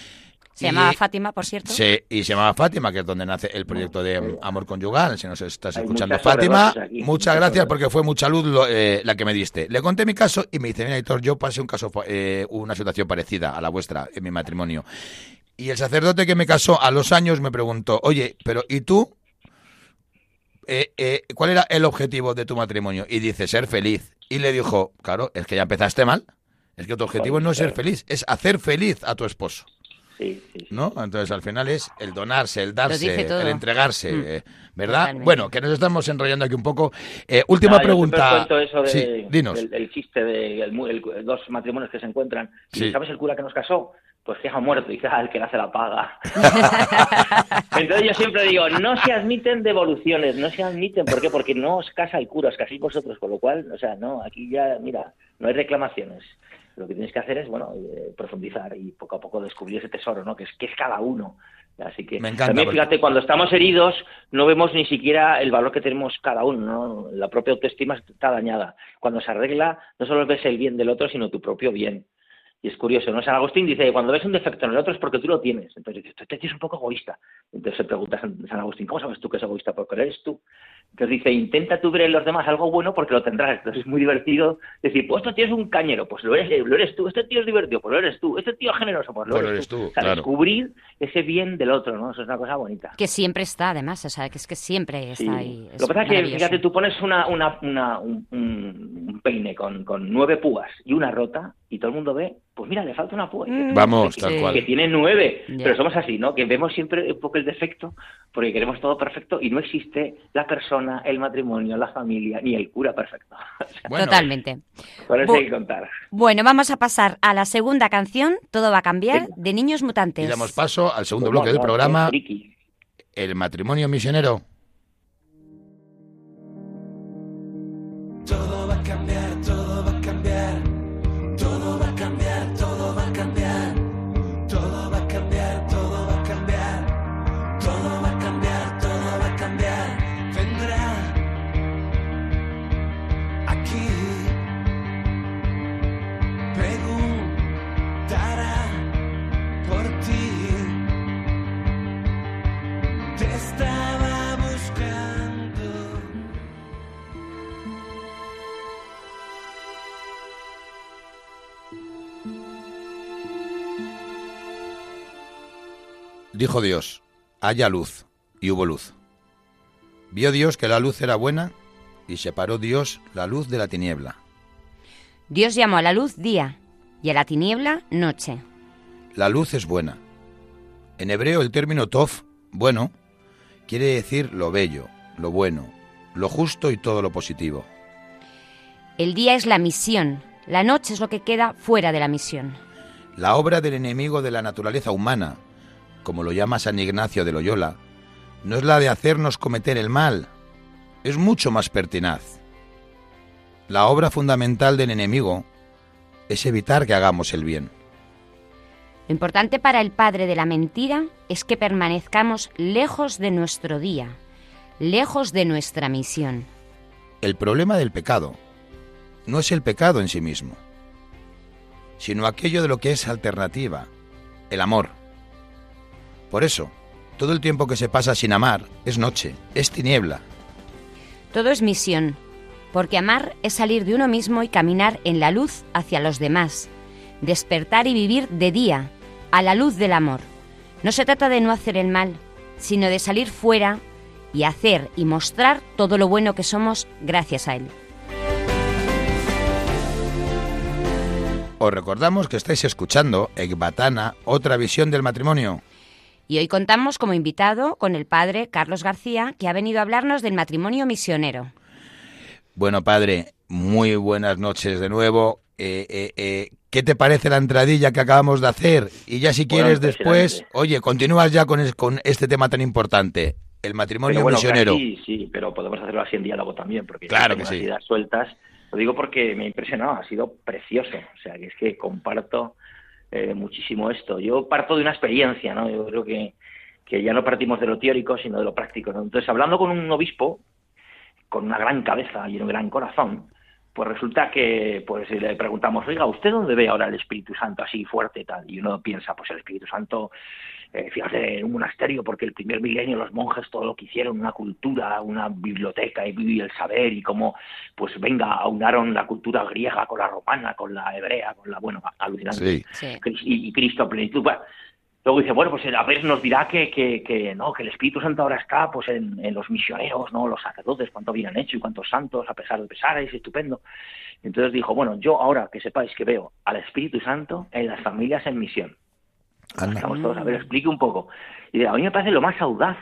Se Y- llamaba Fátima, por cierto. Sí, y se llamaba Fátima, que es donde nace el proyecto de um, Amor Conyugal. Si nos estás Hay escuchando, muchas Fátima, sobredosis aquí, muchas muchas gracias sobredosis. porque fue mucha luz lo- eh, la que me diste. Le conté mi caso y me dice, mira, Héctor, yo pasé un caso, eh, una situación parecida a la vuestra en mi matrimonio. Y el sacerdote que me casó a los años me preguntó, oye, pero ¿y tú? Eh, eh, ¿Cuál era el objetivo de tu matrimonio? Y dice, ser feliz. Y le dijo, claro, es que ya empezaste mal. Es que tu objetivo no es ser feliz, es hacer feliz a tu esposo. Sí, sí, sí. ¿No? Entonces al final es el donarse, el Lo darse, dice todo. el entregarse, Mm. eh, ¿verdad? Totalmente. Bueno, que nos estamos enrollando aquí un poco. Eh, última Nada, yo siempre pregunta. cuento eso de, Sí, dinos. del, del chiste de el mu- el- dos matrimonios que se encuentran. Y Sí. ¿sabes el cura que nos casó? Pues que ha muerto, y dice, ah, el que le hace la paga. Entonces yo siempre digo, no se admiten devoluciones, no se admiten. ¿Por qué? Porque no os casa el cura, os casáis vosotros, con lo cual, o sea, no, aquí ya, mira, no hay reclamaciones. Lo que tienes que hacer es, bueno, eh, profundizar y poco a poco descubrir ese tesoro, ¿no? Que es, que es cada uno. Así que Me encanta, también, porque- fíjate, cuando estamos heridos no vemos ni siquiera el valor que tenemos cada uno, ¿no? La propia autoestima está dañada. Cuando se arregla, no solo ves el bien del otro, sino tu propio bien. Y es curioso, ¿no? San Agustín dice, cuando ves un defecto en el otro es porque tú lo tienes. Entonces dices, este tío es un poco egoísta. Entonces se pregunta San San Agustín, ¿cómo sabes tú que es egoísta? Porque lo eres tú. Entonces dice, intenta tú ver en los demás algo bueno porque lo tendrás. Entonces es muy divertido decir, pues este tío es un cañero, pues lo eres, lo eres tú. Este tío es divertido, pues lo eres tú. Este tío es generoso, pues lo Pues lo eres, eres tú. tú, O sea, claro. descubrir ese bien del otro, ¿no? Eso es una cosa bonita. Que siempre está, además, o sea, que es que siempre está Sí. ahí. Lo que pasa es que, maravilloso. fíjate, tú pones una, una, una, un, un- un peine con, con nueve púas y una rota y todo el mundo ve, pues mira, le falta una púa. Y dices, Mm. Vamos, que- tal Sí. cual. que tiene nueve, Ya. pero somos así, ¿no? Que vemos siempre un poco el defecto porque queremos todo perfecto y no existe la persona, el matrimonio, la familia, ni el cura perfecto. O sea, Bueno, Totalmente. por eso Bu- hay que contar. Bueno, vamos a pasar a la segunda canción, Todo va a cambiar, Venga. de Niños Mutantes. y damos paso al segundo Pues bloque del no, no, programa, qué friki. el matrimonio misionero. Todo va a cambiar, todo va a cambiar. Todo va a cambiar, todo va a cambiar. Todo va a cambiar, todo va a cambiar. Todo va a cambiar, todo va a cambiar. Vendrá aquí. Preguntará por ti. Te estaba buscando. Dijo Dios, haya luz, y hubo luz. Vio Dios que la luz era buena, y separó Dios la luz de la tiniebla. Dios llamó a la luz día y a la tiniebla noche. La luz es buena. En hebreo el término tov, bueno, quiere decir lo bello, lo bueno, lo justo y todo lo positivo. El día es la misión, la noche es lo que queda fuera de la misión. La obra del enemigo de la naturaleza humana, como lo llama San Ignacio de Loyola, no es la de hacernos cometer el mal, es mucho más pertinaz. La obra fundamental del enemigo es evitar que hagamos el bien. Lo importante para el padre de la mentira es que permanezcamos lejos de nuestro día, lejos de nuestra misión. El problema del pecado no es el pecado en sí mismo, sino aquello de lo que es alternativa, el amor. Por eso, todo el tiempo que se pasa sin amar es noche, es tiniebla. Todo es misión, porque amar es salir de uno mismo y caminar en la luz hacia los demás, despertar y vivir de día, a la luz del amor. No se trata de no hacer el mal, sino de salir fuera y hacer y mostrar todo lo bueno que somos gracias a él. Os recordamos que estáis escuchando Ecbatana, otra visión del matrimonio. Y hoy contamos como invitado con el padre Carlos García, que ha venido a hablarnos del matrimonio misionero. Bueno, padre, muy buenas noches de nuevo. Eh, eh, eh, ¿Qué te parece la entradilla que acabamos de hacer? Y ya si quieres bueno, después, oye, continúas ya con, es, con este tema tan importante, el matrimonio pero bueno, misionero. Sí, sí, pero podemos hacerlo así en diálogo también, porque claro que unas sí. ideas sueltas. Lo digo porque me ha impresionado, ha sido precioso. O sea, que es que comparto eh, muchísimo esto. Yo parto de una experiencia, ¿no? Yo creo que, que ya no partimos de lo teórico, sino de lo práctico, ¿no? Entonces, hablando con un obispo, con una gran cabeza y un gran corazón, pues resulta que pues le preguntamos, oiga, ¿usted dónde ve ahora el Espíritu Santo así fuerte y tal? Y uno piensa, pues el Espíritu Santo, eh, fíjate, en un monasterio, porque el primer milenio los monjes todo lo que hicieron, una cultura, una biblioteca y el saber y cómo, pues venga, aunaron la cultura griega con la romana, con la hebrea, con la, bueno, alucinante, sí. Sí. Y, y Cristo a plenitud, bueno. Luego dice, bueno, pues a ver, nos dirá que, que, que no, que el Espíritu Santo ahora está pues en, en los misioneros, ¿no? Los sacerdotes, cuánto bien han hecho y cuántos santos, a pesar de pesar, es estupendo. Entonces dijo, bueno, yo ahora que sepáis que veo al Espíritu Santo en las familias en misión. Anda. Estamos todos, a ver, explique un poco. Y dice, a mí me parece lo más audaz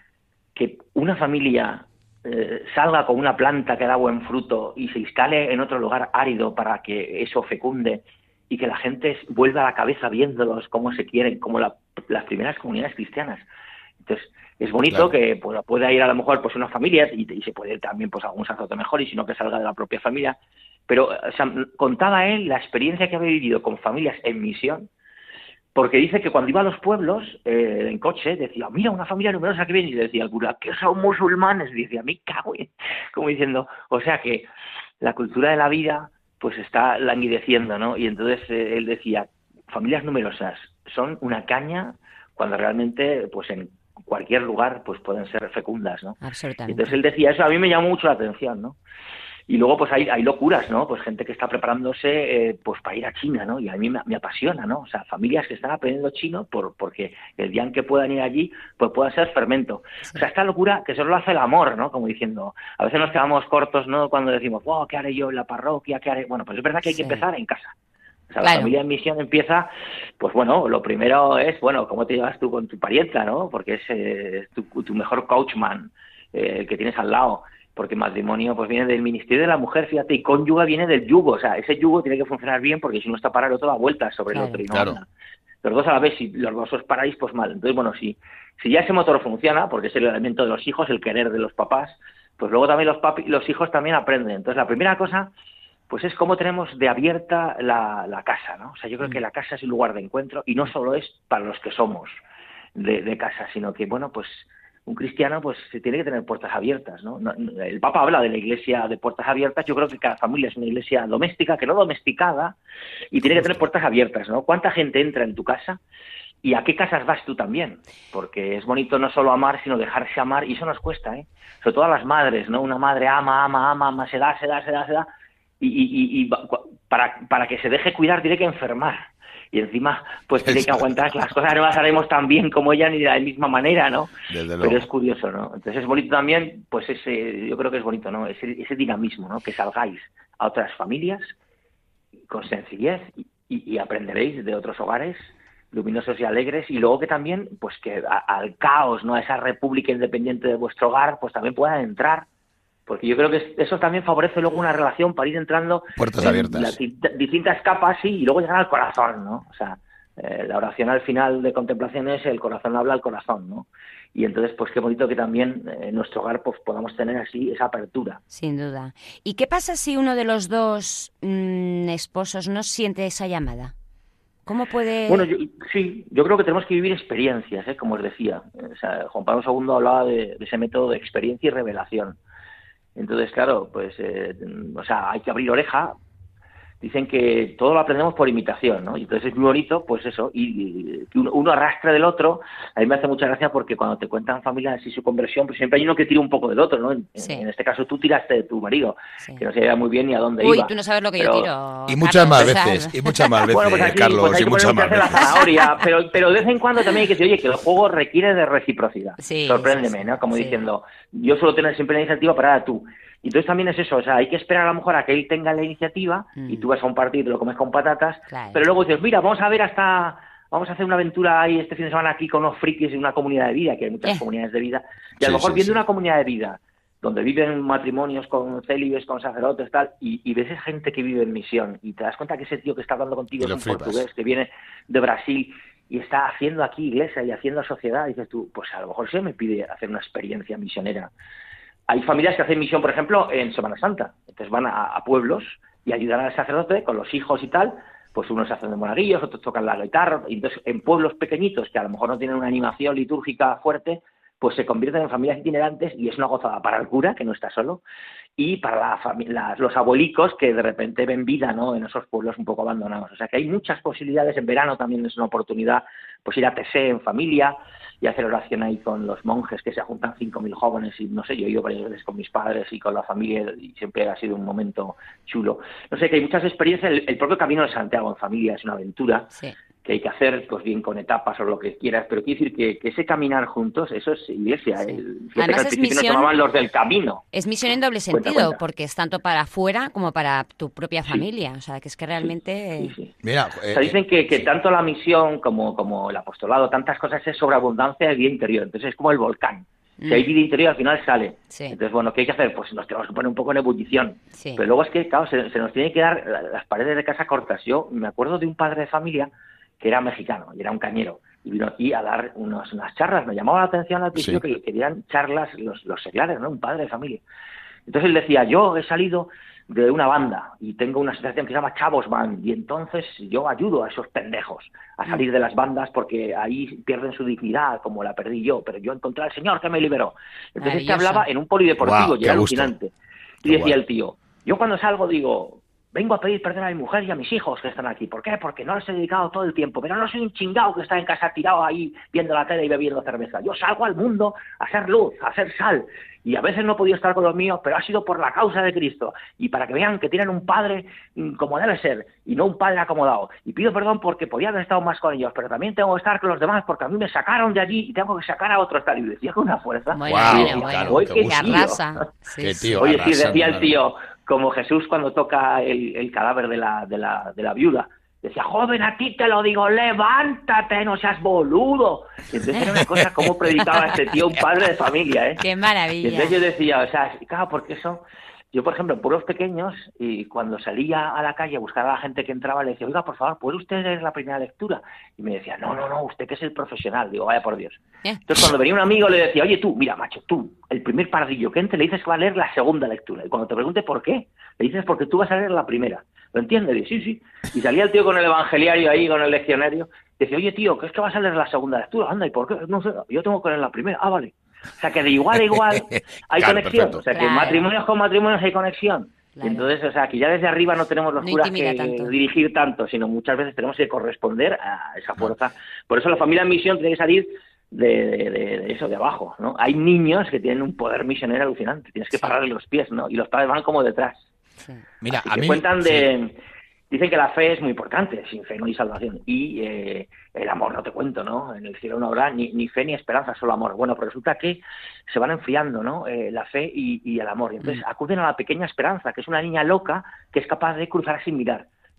que una familia eh, salga con una planta que da buen fruto y se instale en otro lugar árido para que eso fecunde, y que la gente vuelva a la cabeza viéndolos cómo se quieren, como la, las primeras comunidades cristianas. Entonces, es bonito claro. que pues, pueda ir a lo mejor pues una familia, y, y se puede ir también pues algún sacerdote mejor, y si no que salga de la propia familia. Pero o sea, contaba él la experiencia que había vivido con familias en misión, porque dice que cuando iba a los pueblos, eh, en coche, decía, mira, una familia numerosa que viene, y decía el cura, que son musulmanes, y decía, me cago en... Como diciendo, o sea que la cultura de la vida pues está languideciendo, ¿no? Y entonces eh, él decía, familias numerosas son una caña cuando realmente, pues en cualquier lugar, pues pueden ser fecundas, ¿no? Absolutamente. Entonces él decía eso, a mí me llamó mucho la atención, ¿no? Y luego pues hay, hay locuras, ¿no? Pues gente que está preparándose eh, pues para ir a China, ¿no? Y a mí me, me apasiona, ¿no? O sea, familias que están aprendiendo chino por porque el día en que puedan ir allí, pues pueda ser fermento. Sí. O sea, esta locura que solo lo hace el amor, ¿no? Como diciendo, a veces nos quedamos cortos, ¿no? Cuando decimos, wow, ¿qué haré yo en la parroquia? ¿Qué haré? Bueno, pues es verdad que hay que sí. empezar en casa. O sea, claro. La familia en misión empieza, pues bueno, lo primero es, bueno, cómo te llevas tú con tu parienta, ¿no? Porque es eh, tu, tu mejor coachman, eh, el que tienes al lado. Porque matrimonio pues viene del ministerio de la mujer, fíjate, y cónyuge viene del yugo, o sea, ese yugo tiene que funcionar bien, porque si no está para el otro da vueltas sobre claro, el otro y no claro. anda. Los dos a la vez, si los dos os paráis, pues mal. Entonces, bueno, si, si ya ese motor funciona, porque es el elemento de los hijos, el querer de los papás, pues luego también los papi, los hijos también aprenden. Entonces, la primera cosa, pues es cómo tenemos de abierta la, la casa, ¿no? O sea, yo creo mm. que la casa es un lugar de encuentro, y no solo es para los que somos de, de casa, sino que, bueno, pues un cristiano pues tiene que tener puertas abiertas, ¿no? El Papa habla de la iglesia de puertas abiertas. Yo creo que cada familia es una iglesia doméstica, que no domesticada, y tiene que tener puertas abiertas, ¿no? ¿Cuánta gente entra en tu casa? ¿Y a qué casas vas tú también? Porque es bonito no solo amar, sino dejarse amar, y eso nos cuesta, ¿eh? Sobre todo a las madres, ¿no? Una madre ama, ama, ama, ama, se da, se da, se da, se da, y, y, y para, para que se deje cuidar tiene que enfermar. Y encima, pues tiene que aguantar, las cosas no las haremos tan bien como ella ni de la misma manera, ¿no? Desde Pero es curioso, ¿no? Entonces es bonito también, pues ese, yo creo que es bonito, ¿no? Ese, ese dinamismo, ¿no? Que salgáis a otras familias con sencillez y, y, y aprenderéis de otros hogares luminosos y alegres, y luego que también, pues que a, al caos, ¿no? A esa república independiente de vuestro hogar, pues también puedan entrar, porque yo creo que eso también favorece luego una relación para ir entrando puertas en abiertas, las distintas capas, sí, y luego llegar al corazón, ¿no? O sea, eh, la oración al final de contemplación es el corazón habla al corazón, ¿no? Y entonces, pues qué bonito que también eh, en nuestro hogar pues podamos tener así esa apertura. Sin duda. ¿Y qué pasa si uno de los dos mmm, esposos no siente esa llamada? ¿Cómo puede...? Bueno, yo, sí, yo creo que tenemos que vivir experiencias, ¿eh? Como os decía. O sea, Juan Pablo segundo hablaba de, de ese método de experiencia y revelación. Entonces, claro, pues, eh, o sea, hay que abrir oreja. Dicen que todo lo aprendemos por imitación, ¿no? Y entonces es muy bonito, pues eso, y que uno, uno arrastre del otro. A mí me hace mucha gracia porque cuando te cuentan familias y su conversión, pues siempre hay uno que tira un poco del otro, ¿no? En, sí. en este caso tú tiraste de tu marido, sí. que no sabía muy bien ni a dónde Uy, iba. Uy, tú no sabes lo que pero... yo tiro. Y muchas Carlos, más o sea... veces, y muchas más veces, bueno, pues aquí, Carlos, pues hay y que muchas más veces. veces. La zanahoria, pero, pero de vez en cuando también hay que decir, oye, que el juego requiere de reciprocidad. Sí, Sorpréndeme, sí, sí, ¿no? Como sí. diciendo, yo suelo tener siempre la iniciativa para dar tú. Y entonces también es eso, o sea, hay que esperar a lo mejor a que él tenga la iniciativa mm. y tú vas a un partido y te lo comes con patatas, claro. pero luego dices, mira, vamos a ver hasta, vamos a hacer una aventura ahí este fin de semana aquí con unos frikis en una comunidad de vida, que hay muchas eh. comunidades de vida, y a lo sí, mejor sí, viendo sí. una comunidad de vida donde viven matrimonios con célibes, con sacerdotes, tal, y, y ves esa gente que vive en misión, y te das cuenta que ese tío que está hablando contigo es un flipas. portugués, que viene de Brasil, y está haciendo aquí iglesia y haciendo sociedad, y dices tú, pues a lo mejor sí me pide hacer una experiencia misionera. Hay familias que hacen misión, por ejemplo, en Semana Santa. Entonces van a, a pueblos y ayudan al sacerdote con los hijos y tal. Pues unos hacen de monaguillos, otros tocan la guitarra. Y entonces, en pueblos pequeñitos que a lo mejor no tienen una animación litúrgica fuerte, pues se convierten en familias itinerantes y es una gozada para el cura, que no está solo, y para la familia, los abuelicos que de repente ven vida, ¿no? En esos pueblos un poco abandonados. O sea que hay muchas posibilidades. En verano también es una oportunidad, pues ir a Tesé en familia y hacer oración ahí con los monjes, que se juntan cinco mil jóvenes, y no sé, yo he ido varias veces con mis padres y con la familia y siempre ha sido un momento chulo. No sé, que hay muchas experiencias. El, el propio Camino de Santiago en familia es una aventura sí. que hay que hacer, pues bien con etapas o lo que quieras, pero quiero decir que, que ese caminar juntos, eso es iglesia. Sí. El, Además que es misión, nos llamaban los del camino. Es misión en doble sentido, cuenta, cuenta. porque es tanto para afuera como para tu propia familia. Sí. O sea, que es que realmente... Sí, sí, sí. Mira, eh, o sea, dicen que, que sí. tanto la misión como, como el apostolado, tantas cosas es sobreabundancia de vida interior. Entonces es como el volcán. Mm. Si hay vida interior, al final sale. Sí. Entonces, bueno, ¿qué hay que hacer? Pues nos tenemos que poner un poco en ebullición. Sí. Pero luego es que, claro, se, se nos tiene que dar las paredes de casa cortas. Yo me acuerdo de un padre de familia que era mexicano y era un cañero, y vino aquí a dar unos, unas charlas. Me llamaba la atención al principio sí. que, que dieran charlas los, los seglares, ¿no? Un padre de familia. Entonces él decía, yo he salido de una banda y tengo una asociación que se llama Chavos Band, y entonces yo ayudo a esos pendejos a salir de las bandas porque ahí pierden su dignidad, como la perdí yo, pero yo encontré al Señor que me liberó. Entonces este hablaba en un polideportivo wow, y era alucinante. Y decía guay. el tío, yo cuando salgo digo... vengo a pedir perdón a mi mujer y a mis hijos que están aquí. ¿Por qué? Porque no les he dedicado todo el tiempo. Pero no soy un chingao que está en casa tirado ahí viendo la tele y bebiendo cerveza. Yo salgo al mundo a hacer luz, a hacer sal. Y a veces no he podido estar con los míos, pero ha sido por la causa de Cristo. Y para que vean que tienen un padre como debe ser y no un padre acomodado. Y pido perdón porque podía haber estado más con ellos, pero también tengo que estar con los demás porque a mí me sacaron de allí y tengo que sacar a otros tal. Y decía con una fuerza. Muy wow, y decía, bueno, bueno, qué arrasa. Sí, qué tío, Oye, arrasa, sí, decía no, el tío... como Jesús cuando toca el, el cadáver de la, de, la, de la viuda. Decía, joven, a ti te lo digo, levántate, no seas boludo. Y entonces era una cosa como predicaba este tío, un padre de familia, ¿eh? ¡Qué maravilla! Y entonces yo decía, o sea, claro, porque eso... Yo, por ejemplo, en pueblos pequeños, y cuando salía a la calle a buscar a la gente que entraba, le decía, oiga, por favor, ¿puede usted leer la primera lectura? Y me decía, no, no, no, usted que es el profesional. Digo, vaya por Dios. Yeah. Entonces, cuando venía un amigo, le decía, oye, tú, mira, macho, tú, el primer pardillo que entre, le dices que va a leer la segunda lectura. Y cuando te pregunte por qué, le dices porque tú vas a leer la primera. ¿Lo entiendes? Y sí, sí. Y salía el tío con el evangeliario ahí, con el leccionario. Decía, oye, tío, ¿qué es que vas a leer la segunda lectura? Anda, ¿y por qué? No sé, yo tengo que leer la primera. Ah, vale. O sea, que de igual a igual hay claro, conexión. Perfecto. O sea, que claro. matrimonios con matrimonios hay conexión. Claro. Y entonces, o sea, que ya desde arriba no tenemos los curas no que tanto. dirigir tanto, sino muchas veces tenemos que corresponder a esa fuerza. Por eso la familia en misión tiene que salir de, de, de, de eso, de abajo, ¿no? Hay niños que tienen un poder misionero alucinante, tienes que sí. pararle los pies, ¿no? Y los padres van como detrás. Sí. Mira, Así a que mí... cuentan de... Sí. Dicen que la fe es muy importante, sin fe no hay salvación. Y eh, el amor, no te cuento, ¿no? En el cielo no habrá ni, ni fe ni esperanza, solo amor. Bueno, pero resulta que se van enfriando, ¿no? Eh, la fe y, y el amor. Y entonces mm. acuden a la pequeña Esperanza, que es una niña loca que es capaz de cruzar sin mirar.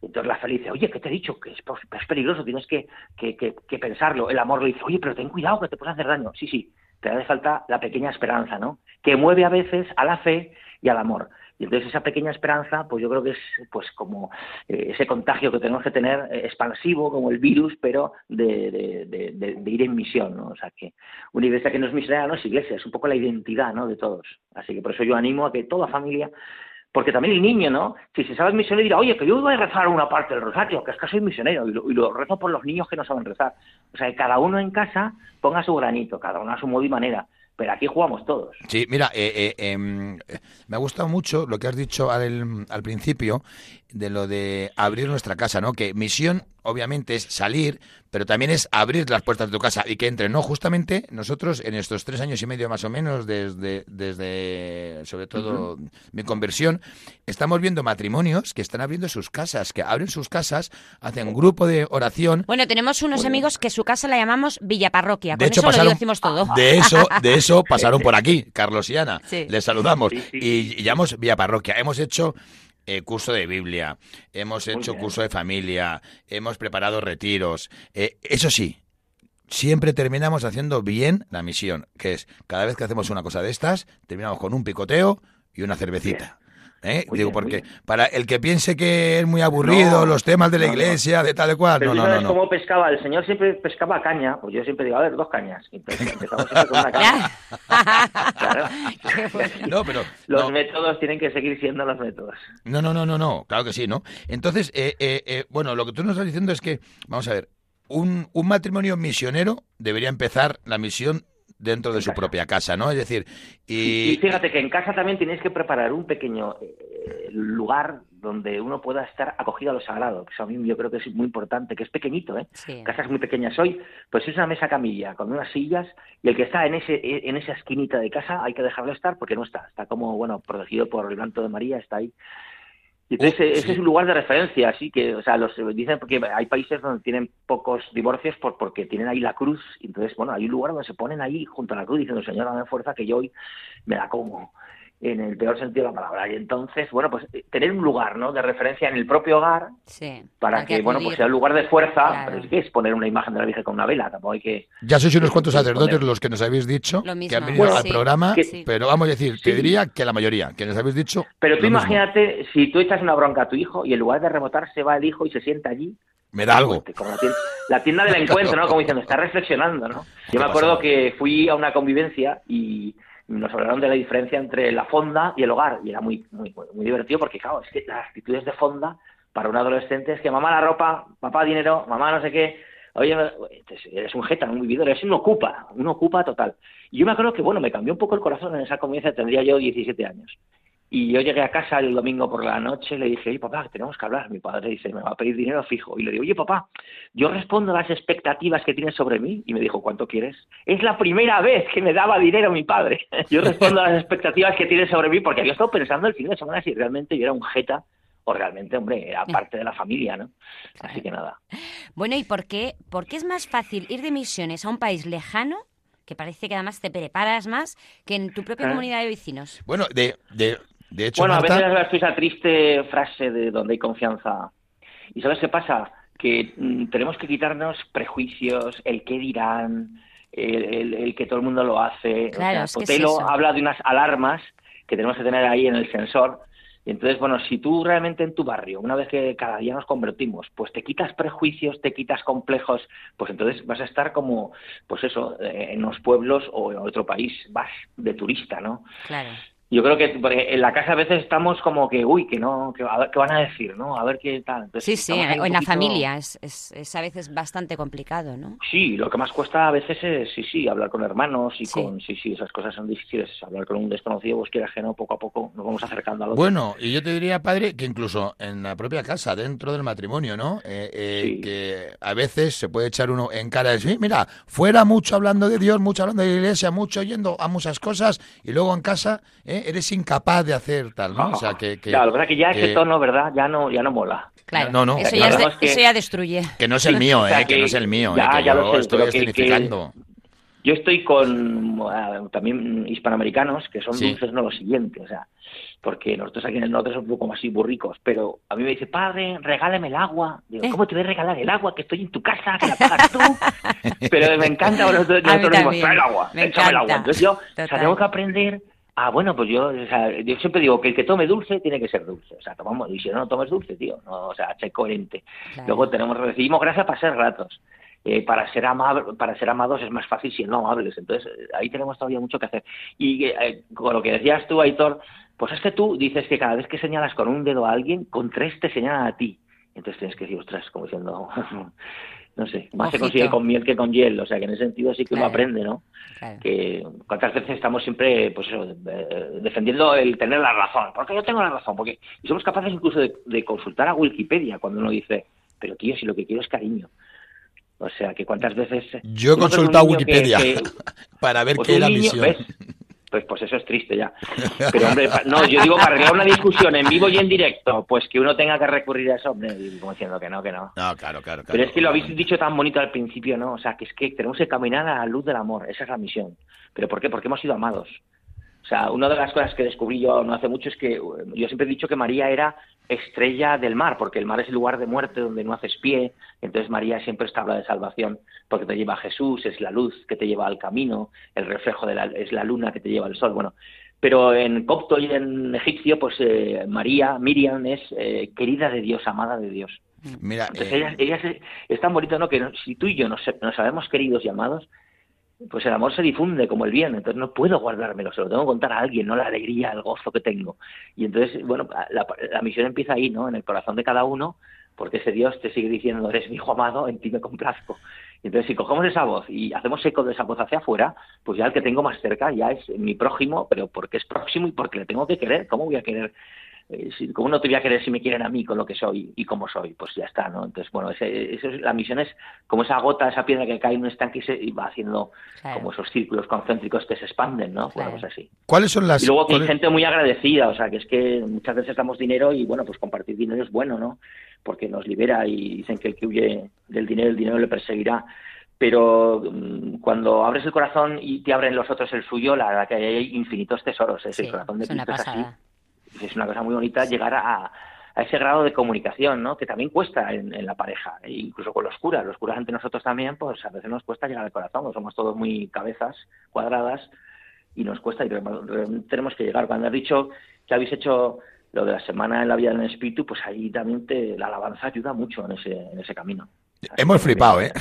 Entonces la fe le dice, oye, ¿qué te he dicho? Que es, es peligroso, tienes que, que, que, que pensarlo. El amor le dice, oye, pero ten cuidado, que te puedes hacer daño. Sí, sí, te hace falta la pequeña esperanza, ¿no? Que mueve a veces a la fe y al amor. Y entonces esa pequeña esperanza, pues yo creo que es pues como eh, ese contagio que tenemos que tener, eh, expansivo como el virus, pero de, de, de, de, de ir en misión, ¿no? O sea, que una iglesia que no es misionera no es iglesia, es un poco la identidad, ¿no?, de todos. Así que por eso yo animo a que toda familia, porque también el niño, ¿no?, si se sabe misionero dirá, oye, que yo voy a rezar una parte del rosario, que es que soy misionero, y lo, y lo rezo por los niños que no saben rezar. O sea, que cada uno en casa ponga su granito, cada uno a su modo y manera. Pero aquí jugamos todos. Sí, mira, eh, eh, eh, me ha gustado mucho lo que has dicho al, al principio de lo de abrir nuestra casa, ¿no? Que misión, obviamente, es salir, pero también es abrir las puertas de tu casa y que entren, ¿no? Justamente nosotros en estos tres años y medio más o menos, desde, desde sobre todo uh-huh. mi conversión, estamos viendo matrimonios que están abriendo sus casas, que abren sus casas, hacen un grupo de oración. Bueno, tenemos unos Bueno. amigos que su casa la llamamos Villa Parroquia, con de hecho, eso pasaron, lo decimos todo. De eso, de eso pasaron por aquí, Carlos y Ana, sí. les saludamos sí, sí. y, y llamamos Villa Parroquia. Hemos hecho Eh, curso de Biblia, hemos Muy hecho bien. curso de familia, hemos preparado retiros. Eh, eso sí, siempre terminamos haciendo bien la misión, que es cada vez que hacemos una cosa de estas, terminamos con un picoteo y una cervecita. ¿Eh? Muy Digo, bien, porque muy bien. para el que piense que es muy aburrido, No, los temas de la no, no. iglesia, de tal y cual, Pero no, tú no, sabes no, no. cómo pescaba, el señor siempre pescaba caña, pues yo siempre digo, a ver, dos cañas. Entonces empezamos siempre con una caña. Claro. No, pero Los no. métodos tienen que seguir siendo los métodos. No, no, no, no, no, claro que sí, ¿no? Entonces, eh, eh, eh, bueno, lo que tú nos estás diciendo es que, vamos a ver, un, un matrimonio misionero debería empezar la misión dentro de su casa. propia casa, ¿no? Es decir, y... Y fíjate que en casa también tienes que preparar un pequeño eh, lugar donde uno pueda estar acogido a lo sagrado, que eso a mí yo creo que es muy importante, que es pequeñito, ¿eh? Sí. Casas muy pequeñas hoy, pues es una mesa camilla con unas sillas y el que está en ese en esa esquinita de casa hay que dejarlo estar porque no está, está como, bueno, protegido por el manto de María, está ahí. Y entonces Uh, ese sí. es un lugar de referencia, así que, o sea, los dicen porque hay países donde tienen pocos divorcios por, porque tienen ahí la cruz, y entonces, bueno, hay un lugar donde se ponen ahí junto a la cruz diciendo, Señor, dame fuerza que yo hoy me la como, en el peor sentido de la palabra. Y entonces, bueno, pues tener un lugar, ¿no?, de referencia en el propio hogar, Sí, para hay que, que bueno, acudir. pues sea un lugar de fuerza, Claro. pero es que es poner una imagen de la Virgen con una vela, tampoco hay que... Ya sois unos cuantos Sí, sacerdotes poner- los que nos habéis dicho Lo mismo. que han venido Bueno, al sí. programa, que- Sí. pero vamos a decir, te Sí. diría que la mayoría, que nos habéis dicho Pero tú lo mismo. imagínate si tú echas una bronca a tu hijo y en lugar de rebotar se va el hijo y se sienta allí. Me da algo. Como la tienda, la tienda del encuentro, ¿no? Como diciendo, está reflexionando, ¿no? ¿Qué Yo me acuerdo pasaba? que fui a una convivencia y nos hablaron de la diferencia entre la fonda y el hogar. Y era muy, muy, muy divertido porque, claro, es que las actitudes de fonda para un adolescente es que mamá la ropa, papá dinero, mamá no sé qué. Oye, eres un jeta, un vividor, eres un ocupa, un ocupa total. Y yo me acuerdo que, bueno, me cambió un poco el corazón en esa convivencia, tendría yo diecisiete años. Y yo llegué a casa el domingo por la noche y le dije, oye, papá, tenemos que hablar. Mi padre dice, me va a pedir dinero fijo. Y le digo, oye, papá, yo respondo a las expectativas que tienes sobre mí. Y me dijo, ¿cuánto quieres? Es la primera vez que me daba dinero mi padre. Yo respondo a las expectativas que tienes sobre mí porque había estado pensando el fin de semana si realmente yo era un jeta o realmente, hombre, era parte de la familia, ¿no? Así que nada. Bueno, ¿y por qué? ¿Por qué es más fácil ir de misiones a un país lejano, que parece que además te preparas más, que en tu propia ¿Eh? comunidad de vecinos? Bueno, de, de, de hecho, Bueno, Marta, a veces es esa triste frase de donde hay confianza. ¿Y sabes qué pasa? Que mm, tenemos que quitarnos prejuicios, el qué dirán, el, el- el que todo el mundo lo hace. Claro, o es sea, que es Potelo eso. habla de unas alarmas que tenemos que tener ahí en el sensor. Y entonces, bueno, si tú realmente en tu barrio, una vez que cada día nos convertimos, pues te quitas prejuicios, te quitas complejos, pues entonces vas a estar como, pues eso, eh, en los pueblos o en otro país, vas de turista, ¿no? Claro. Yo creo que porque en la casa a veces estamos como que, uy, que no, que a ver qué van a decir, ¿no? A ver qué tal. Entonces, Sí, sí, estamos ahí o un en la poquito- familia es, es, es a veces bastante complicado, ¿no? Sí, lo que más cuesta a veces es, sí, sí, hablar con hermanos y Sí. con, sí, sí, esas cosas son difíciles. Hablar con un desconocido, pues quieras que no, poco a poco nos vamos acercando a lo bueno, y yo te diría, padre, que incluso en la propia casa, dentro del matrimonio, ¿no? Eh, eh, Sí. que a veces se puede echar uno en cara de sí, mira, fuera mucho hablando de Dios, mucho hablando de la iglesia, mucho yendo a muchas cosas, y luego en casa eh, eres incapaz de hacer tal, ¿no? O sea, que... que Claro, lo que pasa es que ya ese que- tono, ¿verdad? Ya no, ya no mola. Claro, No, no, eso, claro. ya, es de- Digamos que- eso ya destruye. Que no es el mío, O sea, eh, que, que no es el mío, ya- eh, que ya yo lo sé, estoy pero que- escenificando. Yo estoy con uh, también hispanoamericanos que son Sí. dulces, no lo siguiente, o sea, porque nosotros aquí en el norte somos un poco así burricos, pero a mí me dice, padre, regálame el agua. Digo, ¿cómo te voy a regalar el agua? Que estoy en tu casa, que la pagas tú. Pero me encanta, nosotros, A mí nosotros decimos, también. trae el agua, Me échame el agua. encanta. Entonces yo, o sea, Total. tengo que aprender. Ah, bueno, pues yo, o sea, yo siempre digo que el que tome dulce tiene que ser dulce. O sea, tomamos, y si no, no tomes dulce, tío. No, o sea, sé coherente. Claro. Luego tenemos, recibimos gracias para ser gratos. Eh, para ser amab- para ser amados es más fácil si no amables. Entonces, eh, ahí tenemos todavía mucho que hacer. Y eh, con lo que decías tú, Aitor, pues es que tú dices que cada vez que señalas con un dedo a alguien, con tres te señalan a ti. Entonces tienes que decir, ostras, como diciendo, no sé, más se Ojito. consigue con miel que con hiel. O sea, que en ese sentido sí que uno Claro. aprende, ¿no? Claro. Que cuántas veces estamos siempre pues eso, eh, defendiendo el tener la razón, porque yo tengo la razón, porque y somos capaces incluso de, de consultar a Wikipedia cuando uno dice, pero tío, si lo que quiero es cariño. O sea, que cuántas veces... Yo he tú no ves un consultado niño que- Wikipedia que- para ver pues qué un era niño, misión. ¿ves? Pues, pues eso es triste ya. Pero hombre, pa- no, yo digo para arreglar una discusión en vivo y en directo, pues que uno tenga que recurrir a eso, hombre, y como diciendo que no, que no. No, claro, claro, claro. Pero es que lo habéis dicho tan bonito al principio, ¿no? O sea, que es que tenemos que caminar a la luz del amor, esa es la misión. ¿Pero por qué? Porque hemos sido amados. O sea, una de las cosas que descubrí yo no hace mucho es que uh, yo siempre he dicho que María era estrella del mar, porque el mar es el lugar de muerte donde no haces pie, entonces María siempre es tabla de salvación, porque te lleva a Jesús, es la luz que te lleva al camino, el reflejo de la, es la luna que te lleva al sol, bueno. Pero en copto y en egipcio, pues eh, María, Miriam, es eh, querida de Dios, amada de Dios. Mira, Entonces eh, ella, ella es, es tan bonito, ¿no? Que no- si tú y yo nos, nos sabemos queridos y amados, pues el amor se difunde como el bien, entonces no puedo guardármelo, se lo tengo que contar a alguien, ¿no? La alegría, el gozo que tengo. Y entonces, bueno, la, la misión empieza ahí, ¿no? En el corazón de cada uno, porque ese Dios te sigue diciendo, eres mi hijo amado, en ti me complazco. Y entonces, si cogemos esa voz y hacemos eco de esa voz hacia afuera, pues ya el que tengo más cerca ya es mi prójimo, pero porque es próximo y porque le tengo que querer. ¿Cómo voy a querer? Eh, si, ¿Cómo no te voy a querer si me quieren a mí con lo que soy y cómo soy? Pues ya está, ¿no? Entonces, bueno, ese, eso es, la misión es como esa gota, esa piedra que cae en un estanque y, se, y va haciendo Claro. como esos círculos concéntricos que se expanden, ¿no? Bueno, Claro. pues así. ¿cuáles son las... Y luego que hay cuáles- gente muy agradecida, o sea, que es que muchas veces damos dinero y, bueno, pues compartir dinero es bueno, ¿no? Porque nos libera y dicen que el que huye del dinero, el dinero le perseguirá. Pero mm, cuando abres el corazón y te abren los otros el suyo, la verdad que hay infinitos tesoros. Es Sí, el corazón de es una Cristo es así. pasada. Es una cosa muy bonita llegar a, a ese grado de comunicación, ¿no? Que también cuesta en, en la pareja, e incluso con los curas. Los curas ante nosotros también, pues a veces nos cuesta llegar al corazón, porque somos todos muy cabezas cuadradas y nos cuesta y realmente tenemos que llegar. Cuando has dicho que habéis hecho lo de la semana en la vida del espíritu, pues ahí también te, la alabanza ayuda mucho en ese, en ese camino. Así Hemos que, flipado, ¿eh?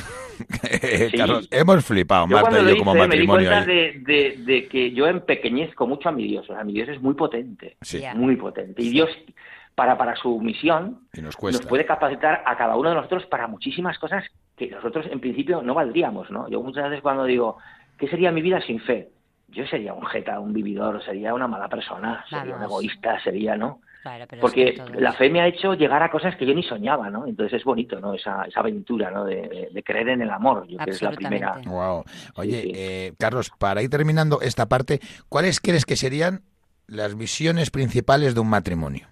Sí. Carlos, hemos flipado, Yo Marta cuando y lo yo hice como me di matrimonio. cuenta ahí. de, de, de que yo empequeñezco mucho a mi Dios. O sea, mi Dios es muy potente, Sí. Ya. muy potente. Y Sí. Dios, para, para su misión, Y nos cuesta. nos puede capacitar a cada uno de nosotros para muchísimas cosas que nosotros en principio no valdríamos, ¿no? Yo muchas veces cuando digo, ¿qué sería mi vida sin fe? Yo sería un jeta, un vividor, sería una mala persona, sería un Vamos. egoísta, sería, ¿no? Claro, pero es Porque que todos- la fe me ha hecho llegar a cosas que yo ni soñaba, ¿no? Entonces es bonito, ¿no? Esa, esa aventura, ¿no? De, de- de creer en el amor, yo creo que es la primera. Absolutamente. Wow. Oye, Sí, sí. eh, Carlos, para ir terminando esta parte, ¿cuáles crees que serían las misiones principales de un matrimonio?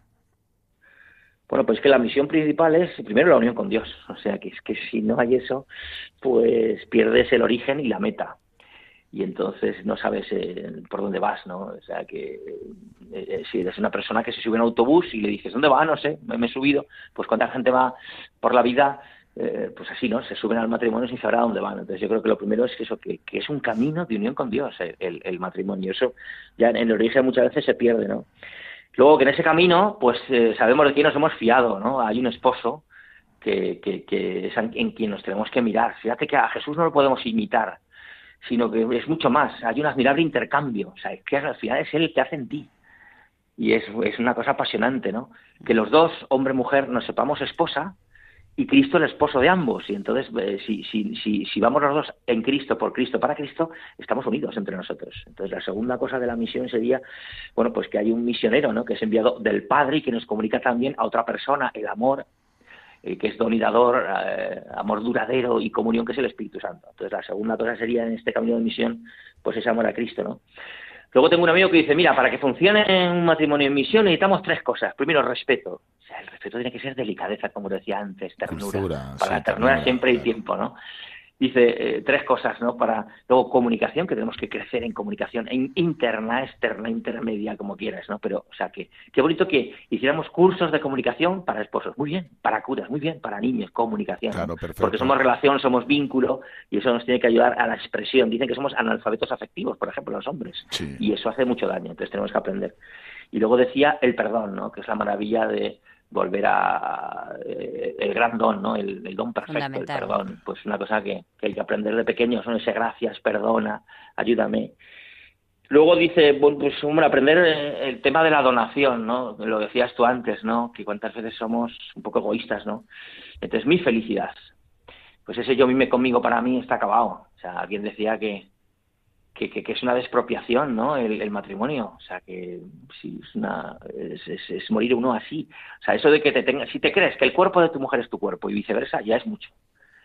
Bueno, pues que la misión principal es, primero, la unión con Dios. O sea, que es que si no hay eso, pues pierdes el origen y la meta. Y entonces no sabes eh, por dónde vas, ¿no? O sea, que eh, si eres una persona que se sube a un autobús y le dices, ¿dónde va? No sé, me, me he subido. Pues cuánta gente va por la vida, eh, pues así, ¿no? Se suben al matrimonio sin saber a dónde van. Entonces yo creo que lo primero es que eso, que, que es un camino de unión con Dios, el, el, el matrimonio. Eso ya en el origen muchas veces se pierde, ¿no? Luego que en ese camino, pues eh, sabemos de quién nos hemos fiado, ¿no? Hay un esposo que, que, que es en quien nos tenemos que mirar. Fíjate que a Jesús no lo podemos imitar, sino que es mucho más. Hay un admirable intercambio. O sea, es que al final es Él el que hace en ti. Y es, es una cosa apasionante, ¿no? Que los dos, hombre y mujer, nos sepamos esposa y Cristo el esposo de ambos. Y entonces, eh, si, si, si, si vamos los dos en Cristo, por Cristo, para Cristo, estamos unidos entre nosotros. Entonces, la segunda cosa de la misión sería, bueno, pues que hay un misionero, ¿no? Que es enviado del Padre y que nos comunica también a otra persona el amor, eh, que es don y dador, eh, amor duradero y comunión, que es el Espíritu Santo. Entonces, la segunda cosa sería en este camino de misión, pues ese amor a Cristo, ¿no? Luego tengo un amigo que dice, mira, para que funcione un matrimonio en misión necesitamos tres cosas. Primero, respeto. O sea, el respeto tiene que ser delicadeza, como decía antes, ternura. Dulzura, Para sí, la ternura ternura, siempre hay claro. tiempo, ¿no? dice eh, tres cosas, ¿no? Para luego comunicación, que tenemos que crecer en comunicación en interna, externa, intermedia, como quieras, ¿no? Pero, o sea, que qué bonito que hiciéramos cursos de comunicación para esposos, muy bien, para curas, muy bien, para niños, comunicación, Claro, ¿no? perfecto. Porque somos relación, somos vínculo y eso nos tiene que ayudar a la expresión. Dicen que somos analfabetos afectivos, por ejemplo, los hombres, Sí. y eso hace mucho daño, entonces tenemos que aprender. Y luego decía el perdón, ¿no? Que es la maravilla de volver a eh, el gran don, ¿no? El, el don perfecto, el Fundamental. perdón. Pues una cosa que, que hay que aprender de pequeños, ¿no? Ese gracias, perdona, ayúdame. Luego dice, bueno, pues hombre, aprender eh, el tema de la donación, ¿no? Lo decías tú antes, ¿no? Que cuántas veces somos un poco egoístas, ¿no? Entonces, mi felicidad. Pues ese yo mime conmigo para mí está acabado. O sea, alguien decía que Que, que, que es una despropiación, ¿no? El, el matrimonio, o sea, que sí, es, una, es, es, es morir uno así. O sea, eso de que te tengas, si te crees que el cuerpo de tu mujer es tu cuerpo y viceversa, ya es mucho.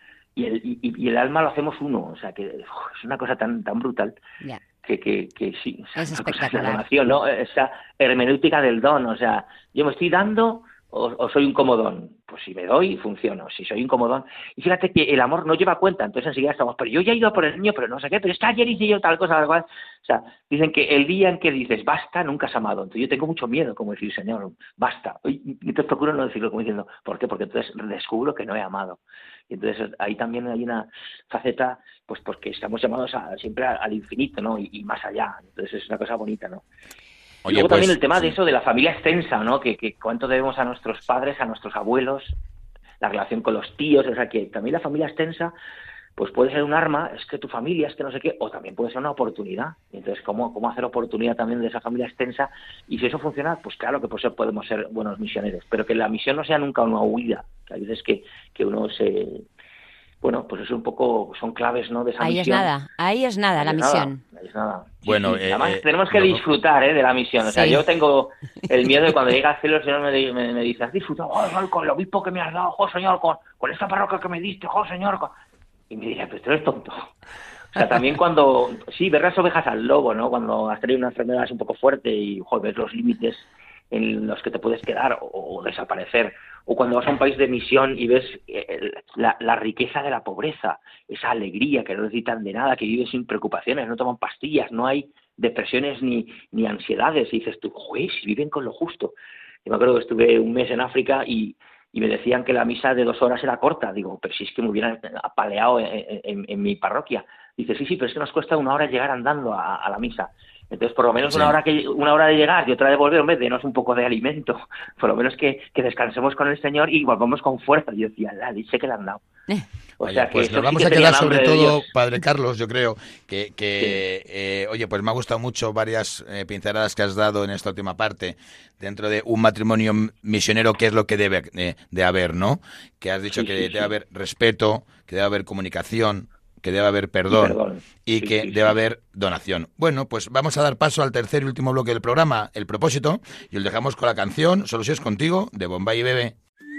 Y el, y, y el alma lo hacemos uno, o sea, que uf, es una cosa tan tan brutal Ya. que, que, que sí, o sea, Es una cosa espectacular. la donación, ¿no? Esa hermenéutica del don, o sea, yo me estoy dando o, o soy un comodón. Pues si me doy, funciono. Si soy un comodón. Y fíjate que el amor no lleva cuenta, entonces enseguida estamos, pero yo ya he ido a por el niño, pero no sé qué, pero es que ayer hice yo tal cosa, tal cual. O sea, dicen que el día en que dices basta, nunca has amado. Entonces yo tengo mucho miedo, como decir, Señor, basta. Y entonces procuro no decirlo como diciendo, ¿por qué? Porque entonces descubro que no he amado. Y entonces ahí también hay una faceta, pues porque estamos llamados a, siempre al infinito, ¿no? Y, y más allá. Entonces es una cosa bonita, ¿no? Oye, Luego pues, también el tema sí. de eso, de la familia extensa, ¿no? Que, que cuánto debemos a nuestros padres, a nuestros abuelos, la relación con los tíos, o sea, que también la familia extensa, pues puede ser un arma, es que tu familia, es que no sé qué, o también puede ser una oportunidad. Y entonces, ¿cómo, cómo hacer oportunidad también de esa familia extensa? Y si eso funciona, pues claro que pues podemos ser buenos misioneros, pero que la misión no sea nunca una huida, que hay veces que, que uno se... Bueno, pues es un poco, son claves, ¿no? De esa Ahí misión. es nada, ahí es nada Ahí la es misión. Nada, ahí es nada. Sí, Bueno, sí. eh, Además eh, tenemos que luego- disfrutar, ¿eh? De la misión. O sea, Sí. yo tengo el miedo de cuando llega al cielo el Señor me, di- me, me dice, has disfrutado, oh, con el obispo que me has dado, jo, Señor, con, con esta parroquia que me diste, jo, Señor. Con... Y me diría, pero tú eres tonto. O sea, también cuando, sí, ver las ovejas al lobo, ¿no? Cuando has tenido una enfermedad así un poco fuerte y, joder, ves los límites en los que te puedes quedar o, o desaparecer. O cuando vas a un país de misión y ves eh, la, la riqueza de la pobreza, esa alegría que no necesitan de nada, que viven sin preocupaciones, no toman pastillas, no hay depresiones ni, ni ansiedades. Y dices tú, joder, si viven con lo justo. Yo me acuerdo que estuve un mes en África y, y me decían que la misa de dos horas era corta. Digo, pero si es que me hubieran apaleado en, en, en mi parroquia. Dice, sí, sí, pero es que nos cuesta una hora llegar andando a, a la misa. Entonces, por lo menos Sí. una hora que una hora de llegar y otra de volver, hombre, denos un poco de alimento. Por lo menos que, que descansemos con el Señor y volvamos con fuerza. Y yo decía, la leche que le han dado. O Oye, sea, que pues eso nos sí vamos que a quedar tenían sobre hambre de todo, Dios. Padre Carlos, yo creo que, que eh, oye, pues me ha gustado mucho varias eh, pinceladas que has dado en esta última parte, dentro de un matrimonio misionero, qué es lo que debe eh, de haber, ¿no? Que has dicho Sí, que sí, debe sí. haber respeto, que debe haber comunicación, que debe haber perdón y, perdón. Sí, que sí, debe sí. haber donación. Bueno, pues vamos a dar paso al tercer y último bloque del programa, el propósito, y os dejamos con la canción Solo si es contigo, de Bombay y Bebé.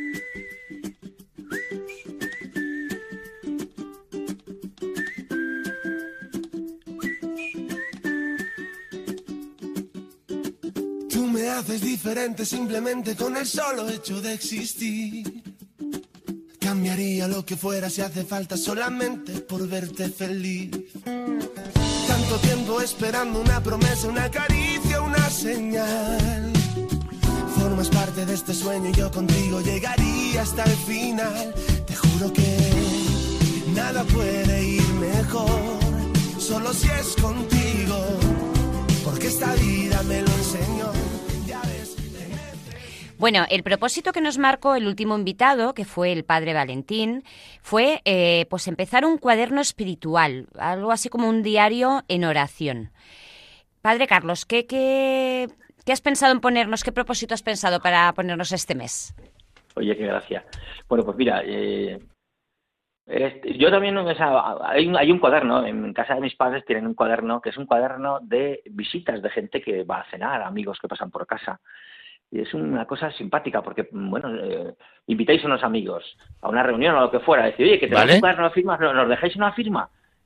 Tú me haces diferente simplemente con el solo hecho de existir. Cambiaría lo que fuera si hace falta solamente por verte feliz. Tanto tiempo esperando una promesa, una caricia, una señal. Formas parte de este sueño y yo contigo llegaría hasta el final. Te juro que nada puede ir mejor, solo si es contigo, porque esta vida me lo enseñó. Ya ves, te metes. Bueno, el propósito que nos marcó el último invitado, que fue el padre Valentín, fue eh, pues empezar un cuaderno espiritual, algo así como un diario en oración. Padre Carlos, ¿qué, qué, qué has pensado en ponernos? ¿Qué propósito has pensado para ponernos este mes? Oye, qué gracia. Bueno, pues mira, eh, este, yo también, o sea, hay, un, hay un cuaderno, en casa de mis padres tienen un cuaderno, que es un cuaderno de visitas de gente que va a cenar, amigos que pasan por casa. Y es una cosa simpática porque, bueno, eh, invitáis a unos amigos a una reunión o lo que fuera, decir, oye, que tenemos ¿Vale? un cuaderno de firmas, ¿nos dejáis una firma?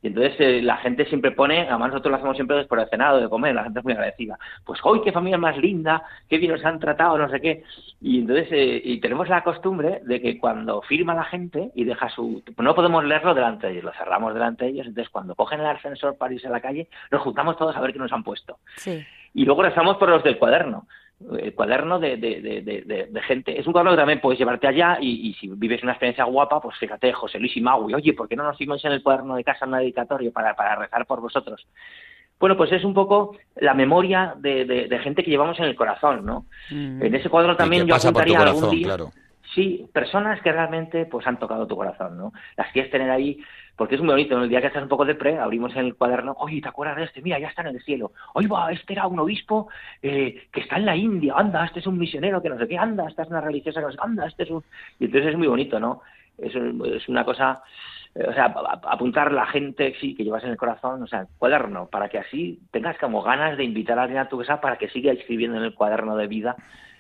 Y entonces eh, la gente siempre pone, además nosotros lo hacemos siempre después de cenar o de comer, la gente es muy agradecida. Pues hoy qué familia más linda, qué bien nos han tratado, no sé qué. Y entonces eh, y tenemos la costumbre de que cuando firma la gente y deja su... No podemos leerlo delante de ellos, lo cerramos delante de ellos, entonces cuando cogen el ascensor para irse a la calle, nos juntamos todos a ver qué nos han puesto. Sí. Y luego rezamos por los del cuaderno. El cuaderno de, de, de, de, de gente. Es un cuaderno que también puedes llevarte allá y, y si vives una experiencia guapa, pues fíjate, José Luis y Maui, oye, ¿por qué no nos firmáis en el cuaderno de casa un dedicatorio para, para rezar por vosotros? Bueno, pues es un poco la memoria de, de, de gente que llevamos en el corazón, ¿no? Mm. En ese cuaderno también yo apuntaría corazón, algún día... Claro. Sí, personas que realmente pues han tocado tu corazón, ¿no? Las quieres tener ahí, porque es muy bonito, ¿no? El día que estás un poco de pre, abrimos en el cuaderno, oye, ¿te acuerdas de este? Mira, ya está en el cielo. Oye, va, este era un obispo eh, que está en la India, anda, este es un misionero que no sé qué, anda, esta es una religiosa que no sé qué, anda, este es un... Y entonces es muy bonito, ¿no? Es, es una cosa... Eh, o sea, apuntar la gente, sí, que llevas en el corazón, o sea, cuaderno, para que así tengas como ganas de invitar a alguien a tu casa para que siga escribiendo en el cuaderno de vida.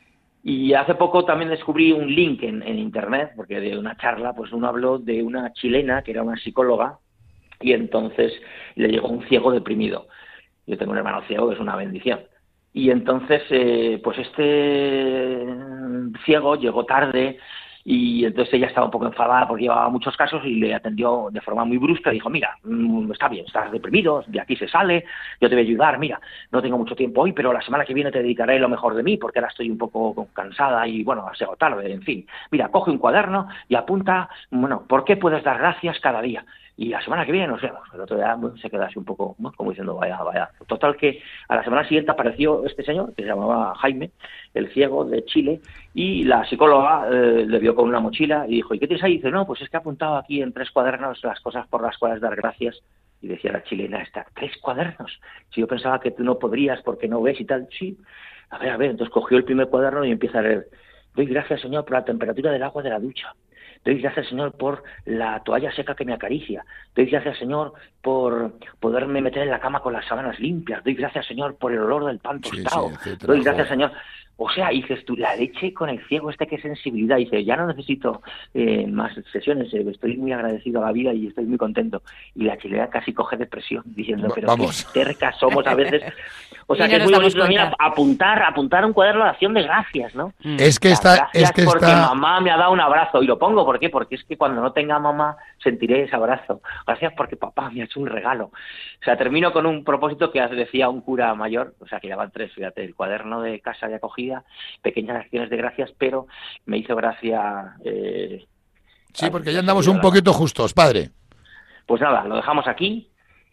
Y hace poco también descubrí un link en, en internet, porque de una charla, pues uno habló de una chilena que era una psicóloga y entonces le llegó un ciego deprimido. Yo tengo un hermano ciego, que es una bendición. Y entonces, eh, pues este ciego llegó tarde y entonces ella estaba un poco enfadada porque llevaba muchos casos y le atendió de forma muy brusca y dijo, mira, mmm, está bien, estás deprimido, de aquí se sale, yo te voy a ayudar, mira, no tengo mucho tiempo hoy, pero la semana que viene te dedicaré lo mejor de mí porque ahora estoy un poco cansada y bueno, ha sido tarde, en fin. Mira, coge un cuaderno y apunta, bueno, ¿por qué puedes dar gracias cada día? Y la semana que viene nos vemos. El otro día bueno, se quedó así un poco, ¿no? Como diciendo, vaya, vaya. Total que a la semana siguiente apareció este señor, que se llamaba Jaime, el ciego de Chile, y la psicóloga eh, le vio con una mochila y dijo, ¿y qué tienes ahí? Y dice, no, pues es que he apuntado aquí en tres cuadernos las cosas por las cuales dar gracias. Y decía la chilena esta, ¿tres cuadernos? Si yo pensaba que tú no podrías porque no ves y tal. Sí, a ver, a ver. Entonces cogió el primer cuaderno y empieza a leer, doy gracias, Señor, por la temperatura del agua de la ducha. Doy gracias, Señor, por la toalla seca que me acaricia. Doy gracias, Señor, por poderme meter en la cama con las sábanas limpias. Doy gracias, Señor, por el olor del pan tostado. Sí, sí, Doy gracias, Señor. O sea, dices tú, la leche con el ciego este, qué sensibilidad. Dice, ya no necesito eh, más sesiones, eh, estoy muy agradecido a la vida y estoy muy contento. Y la chilena casi coge depresión, diciendo, pero Vamos. qué tercas somos a veces. O sea, que es muy bonito también apuntar, apuntar un cuaderno de acción de gracias, ¿no? Es que está... Gracias es que porque está... mamá me ha dado un abrazo. Y lo pongo, ¿por qué? Porque es que cuando no tenga mamá sentiré ese abrazo. Gracias porque papá me ha hecho un regalo. O sea, termino con un propósito que decía un cura mayor, o sea, que ya van tres, fíjate, el cuaderno de casa de acogida, pequeñas acciones de gracias, pero me hizo gracia... Eh, sí, porque ya andamos un poquito justos, padre. Pues nada, lo dejamos aquí.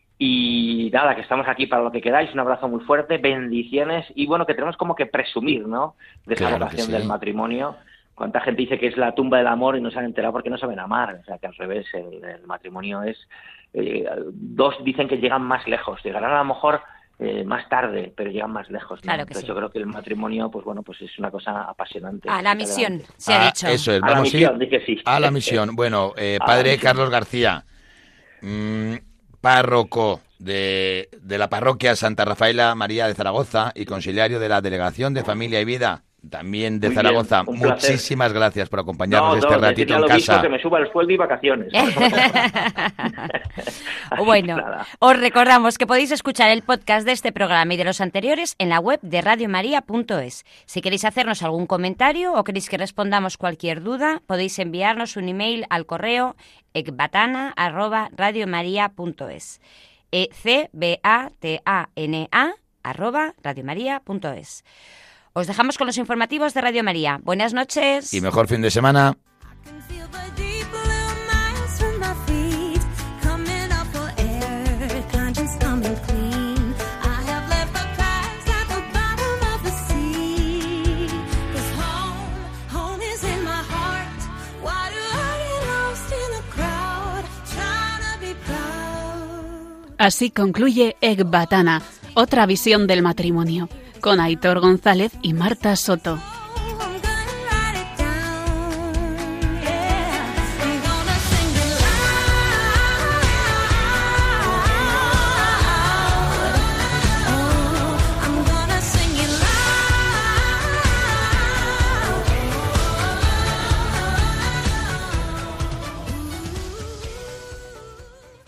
Y nada, que estamos aquí para lo que queráis, un abrazo muy fuerte, bendiciones, y bueno, que tenemos como que presumir, ¿no?, de esa Claro relación que sí. del matrimonio. Cuánta gente dice que es la tumba del amor y no se han enterado porque no saben amar, o sea que al revés, el, el matrimonio es... Eh, dos dicen que llegan más lejos, llegarán a lo mejor eh, más tarde, pero llegan más lejos, ¿no? Claro que Entonces sí. yo creo que el matrimonio, pues bueno, pues es una cosa apasionante. A la misión, Adelante. se ha Ah, dicho. Eso es, A la vamos a misión, ir dije sí. a la misión. Bueno, eh, A la padre misión. Carlos García, mmm, párroco de, de la parroquia Santa Rafaela María de Zaragoza y conciliario de la Delegación de Familia y Vida, también de Muy bien, Zaragoza. un placer. Muchísimas gracias por acompañarnos No, este no, ratito decirle en al obispo casa. que me suba el sueldo y vacaciones. Así Bueno, que nada. os recordamos que podéis escuchar el podcast de este programa y de los anteriores en la web de radio maría punto es. Si queréis hacernos algún comentario o queréis que respondamos cualquier duda, podéis enviarnos un email al correo ecbatana arroba radiomaria punto es. E C B A T A N A arroba radiomaria punto es. Os dejamos con los informativos de Radio María. Buenas noches. Y mejor fin de semana. Así concluye Ecbatana, otra visión del matrimonio, con Aitor González y Marta Soto.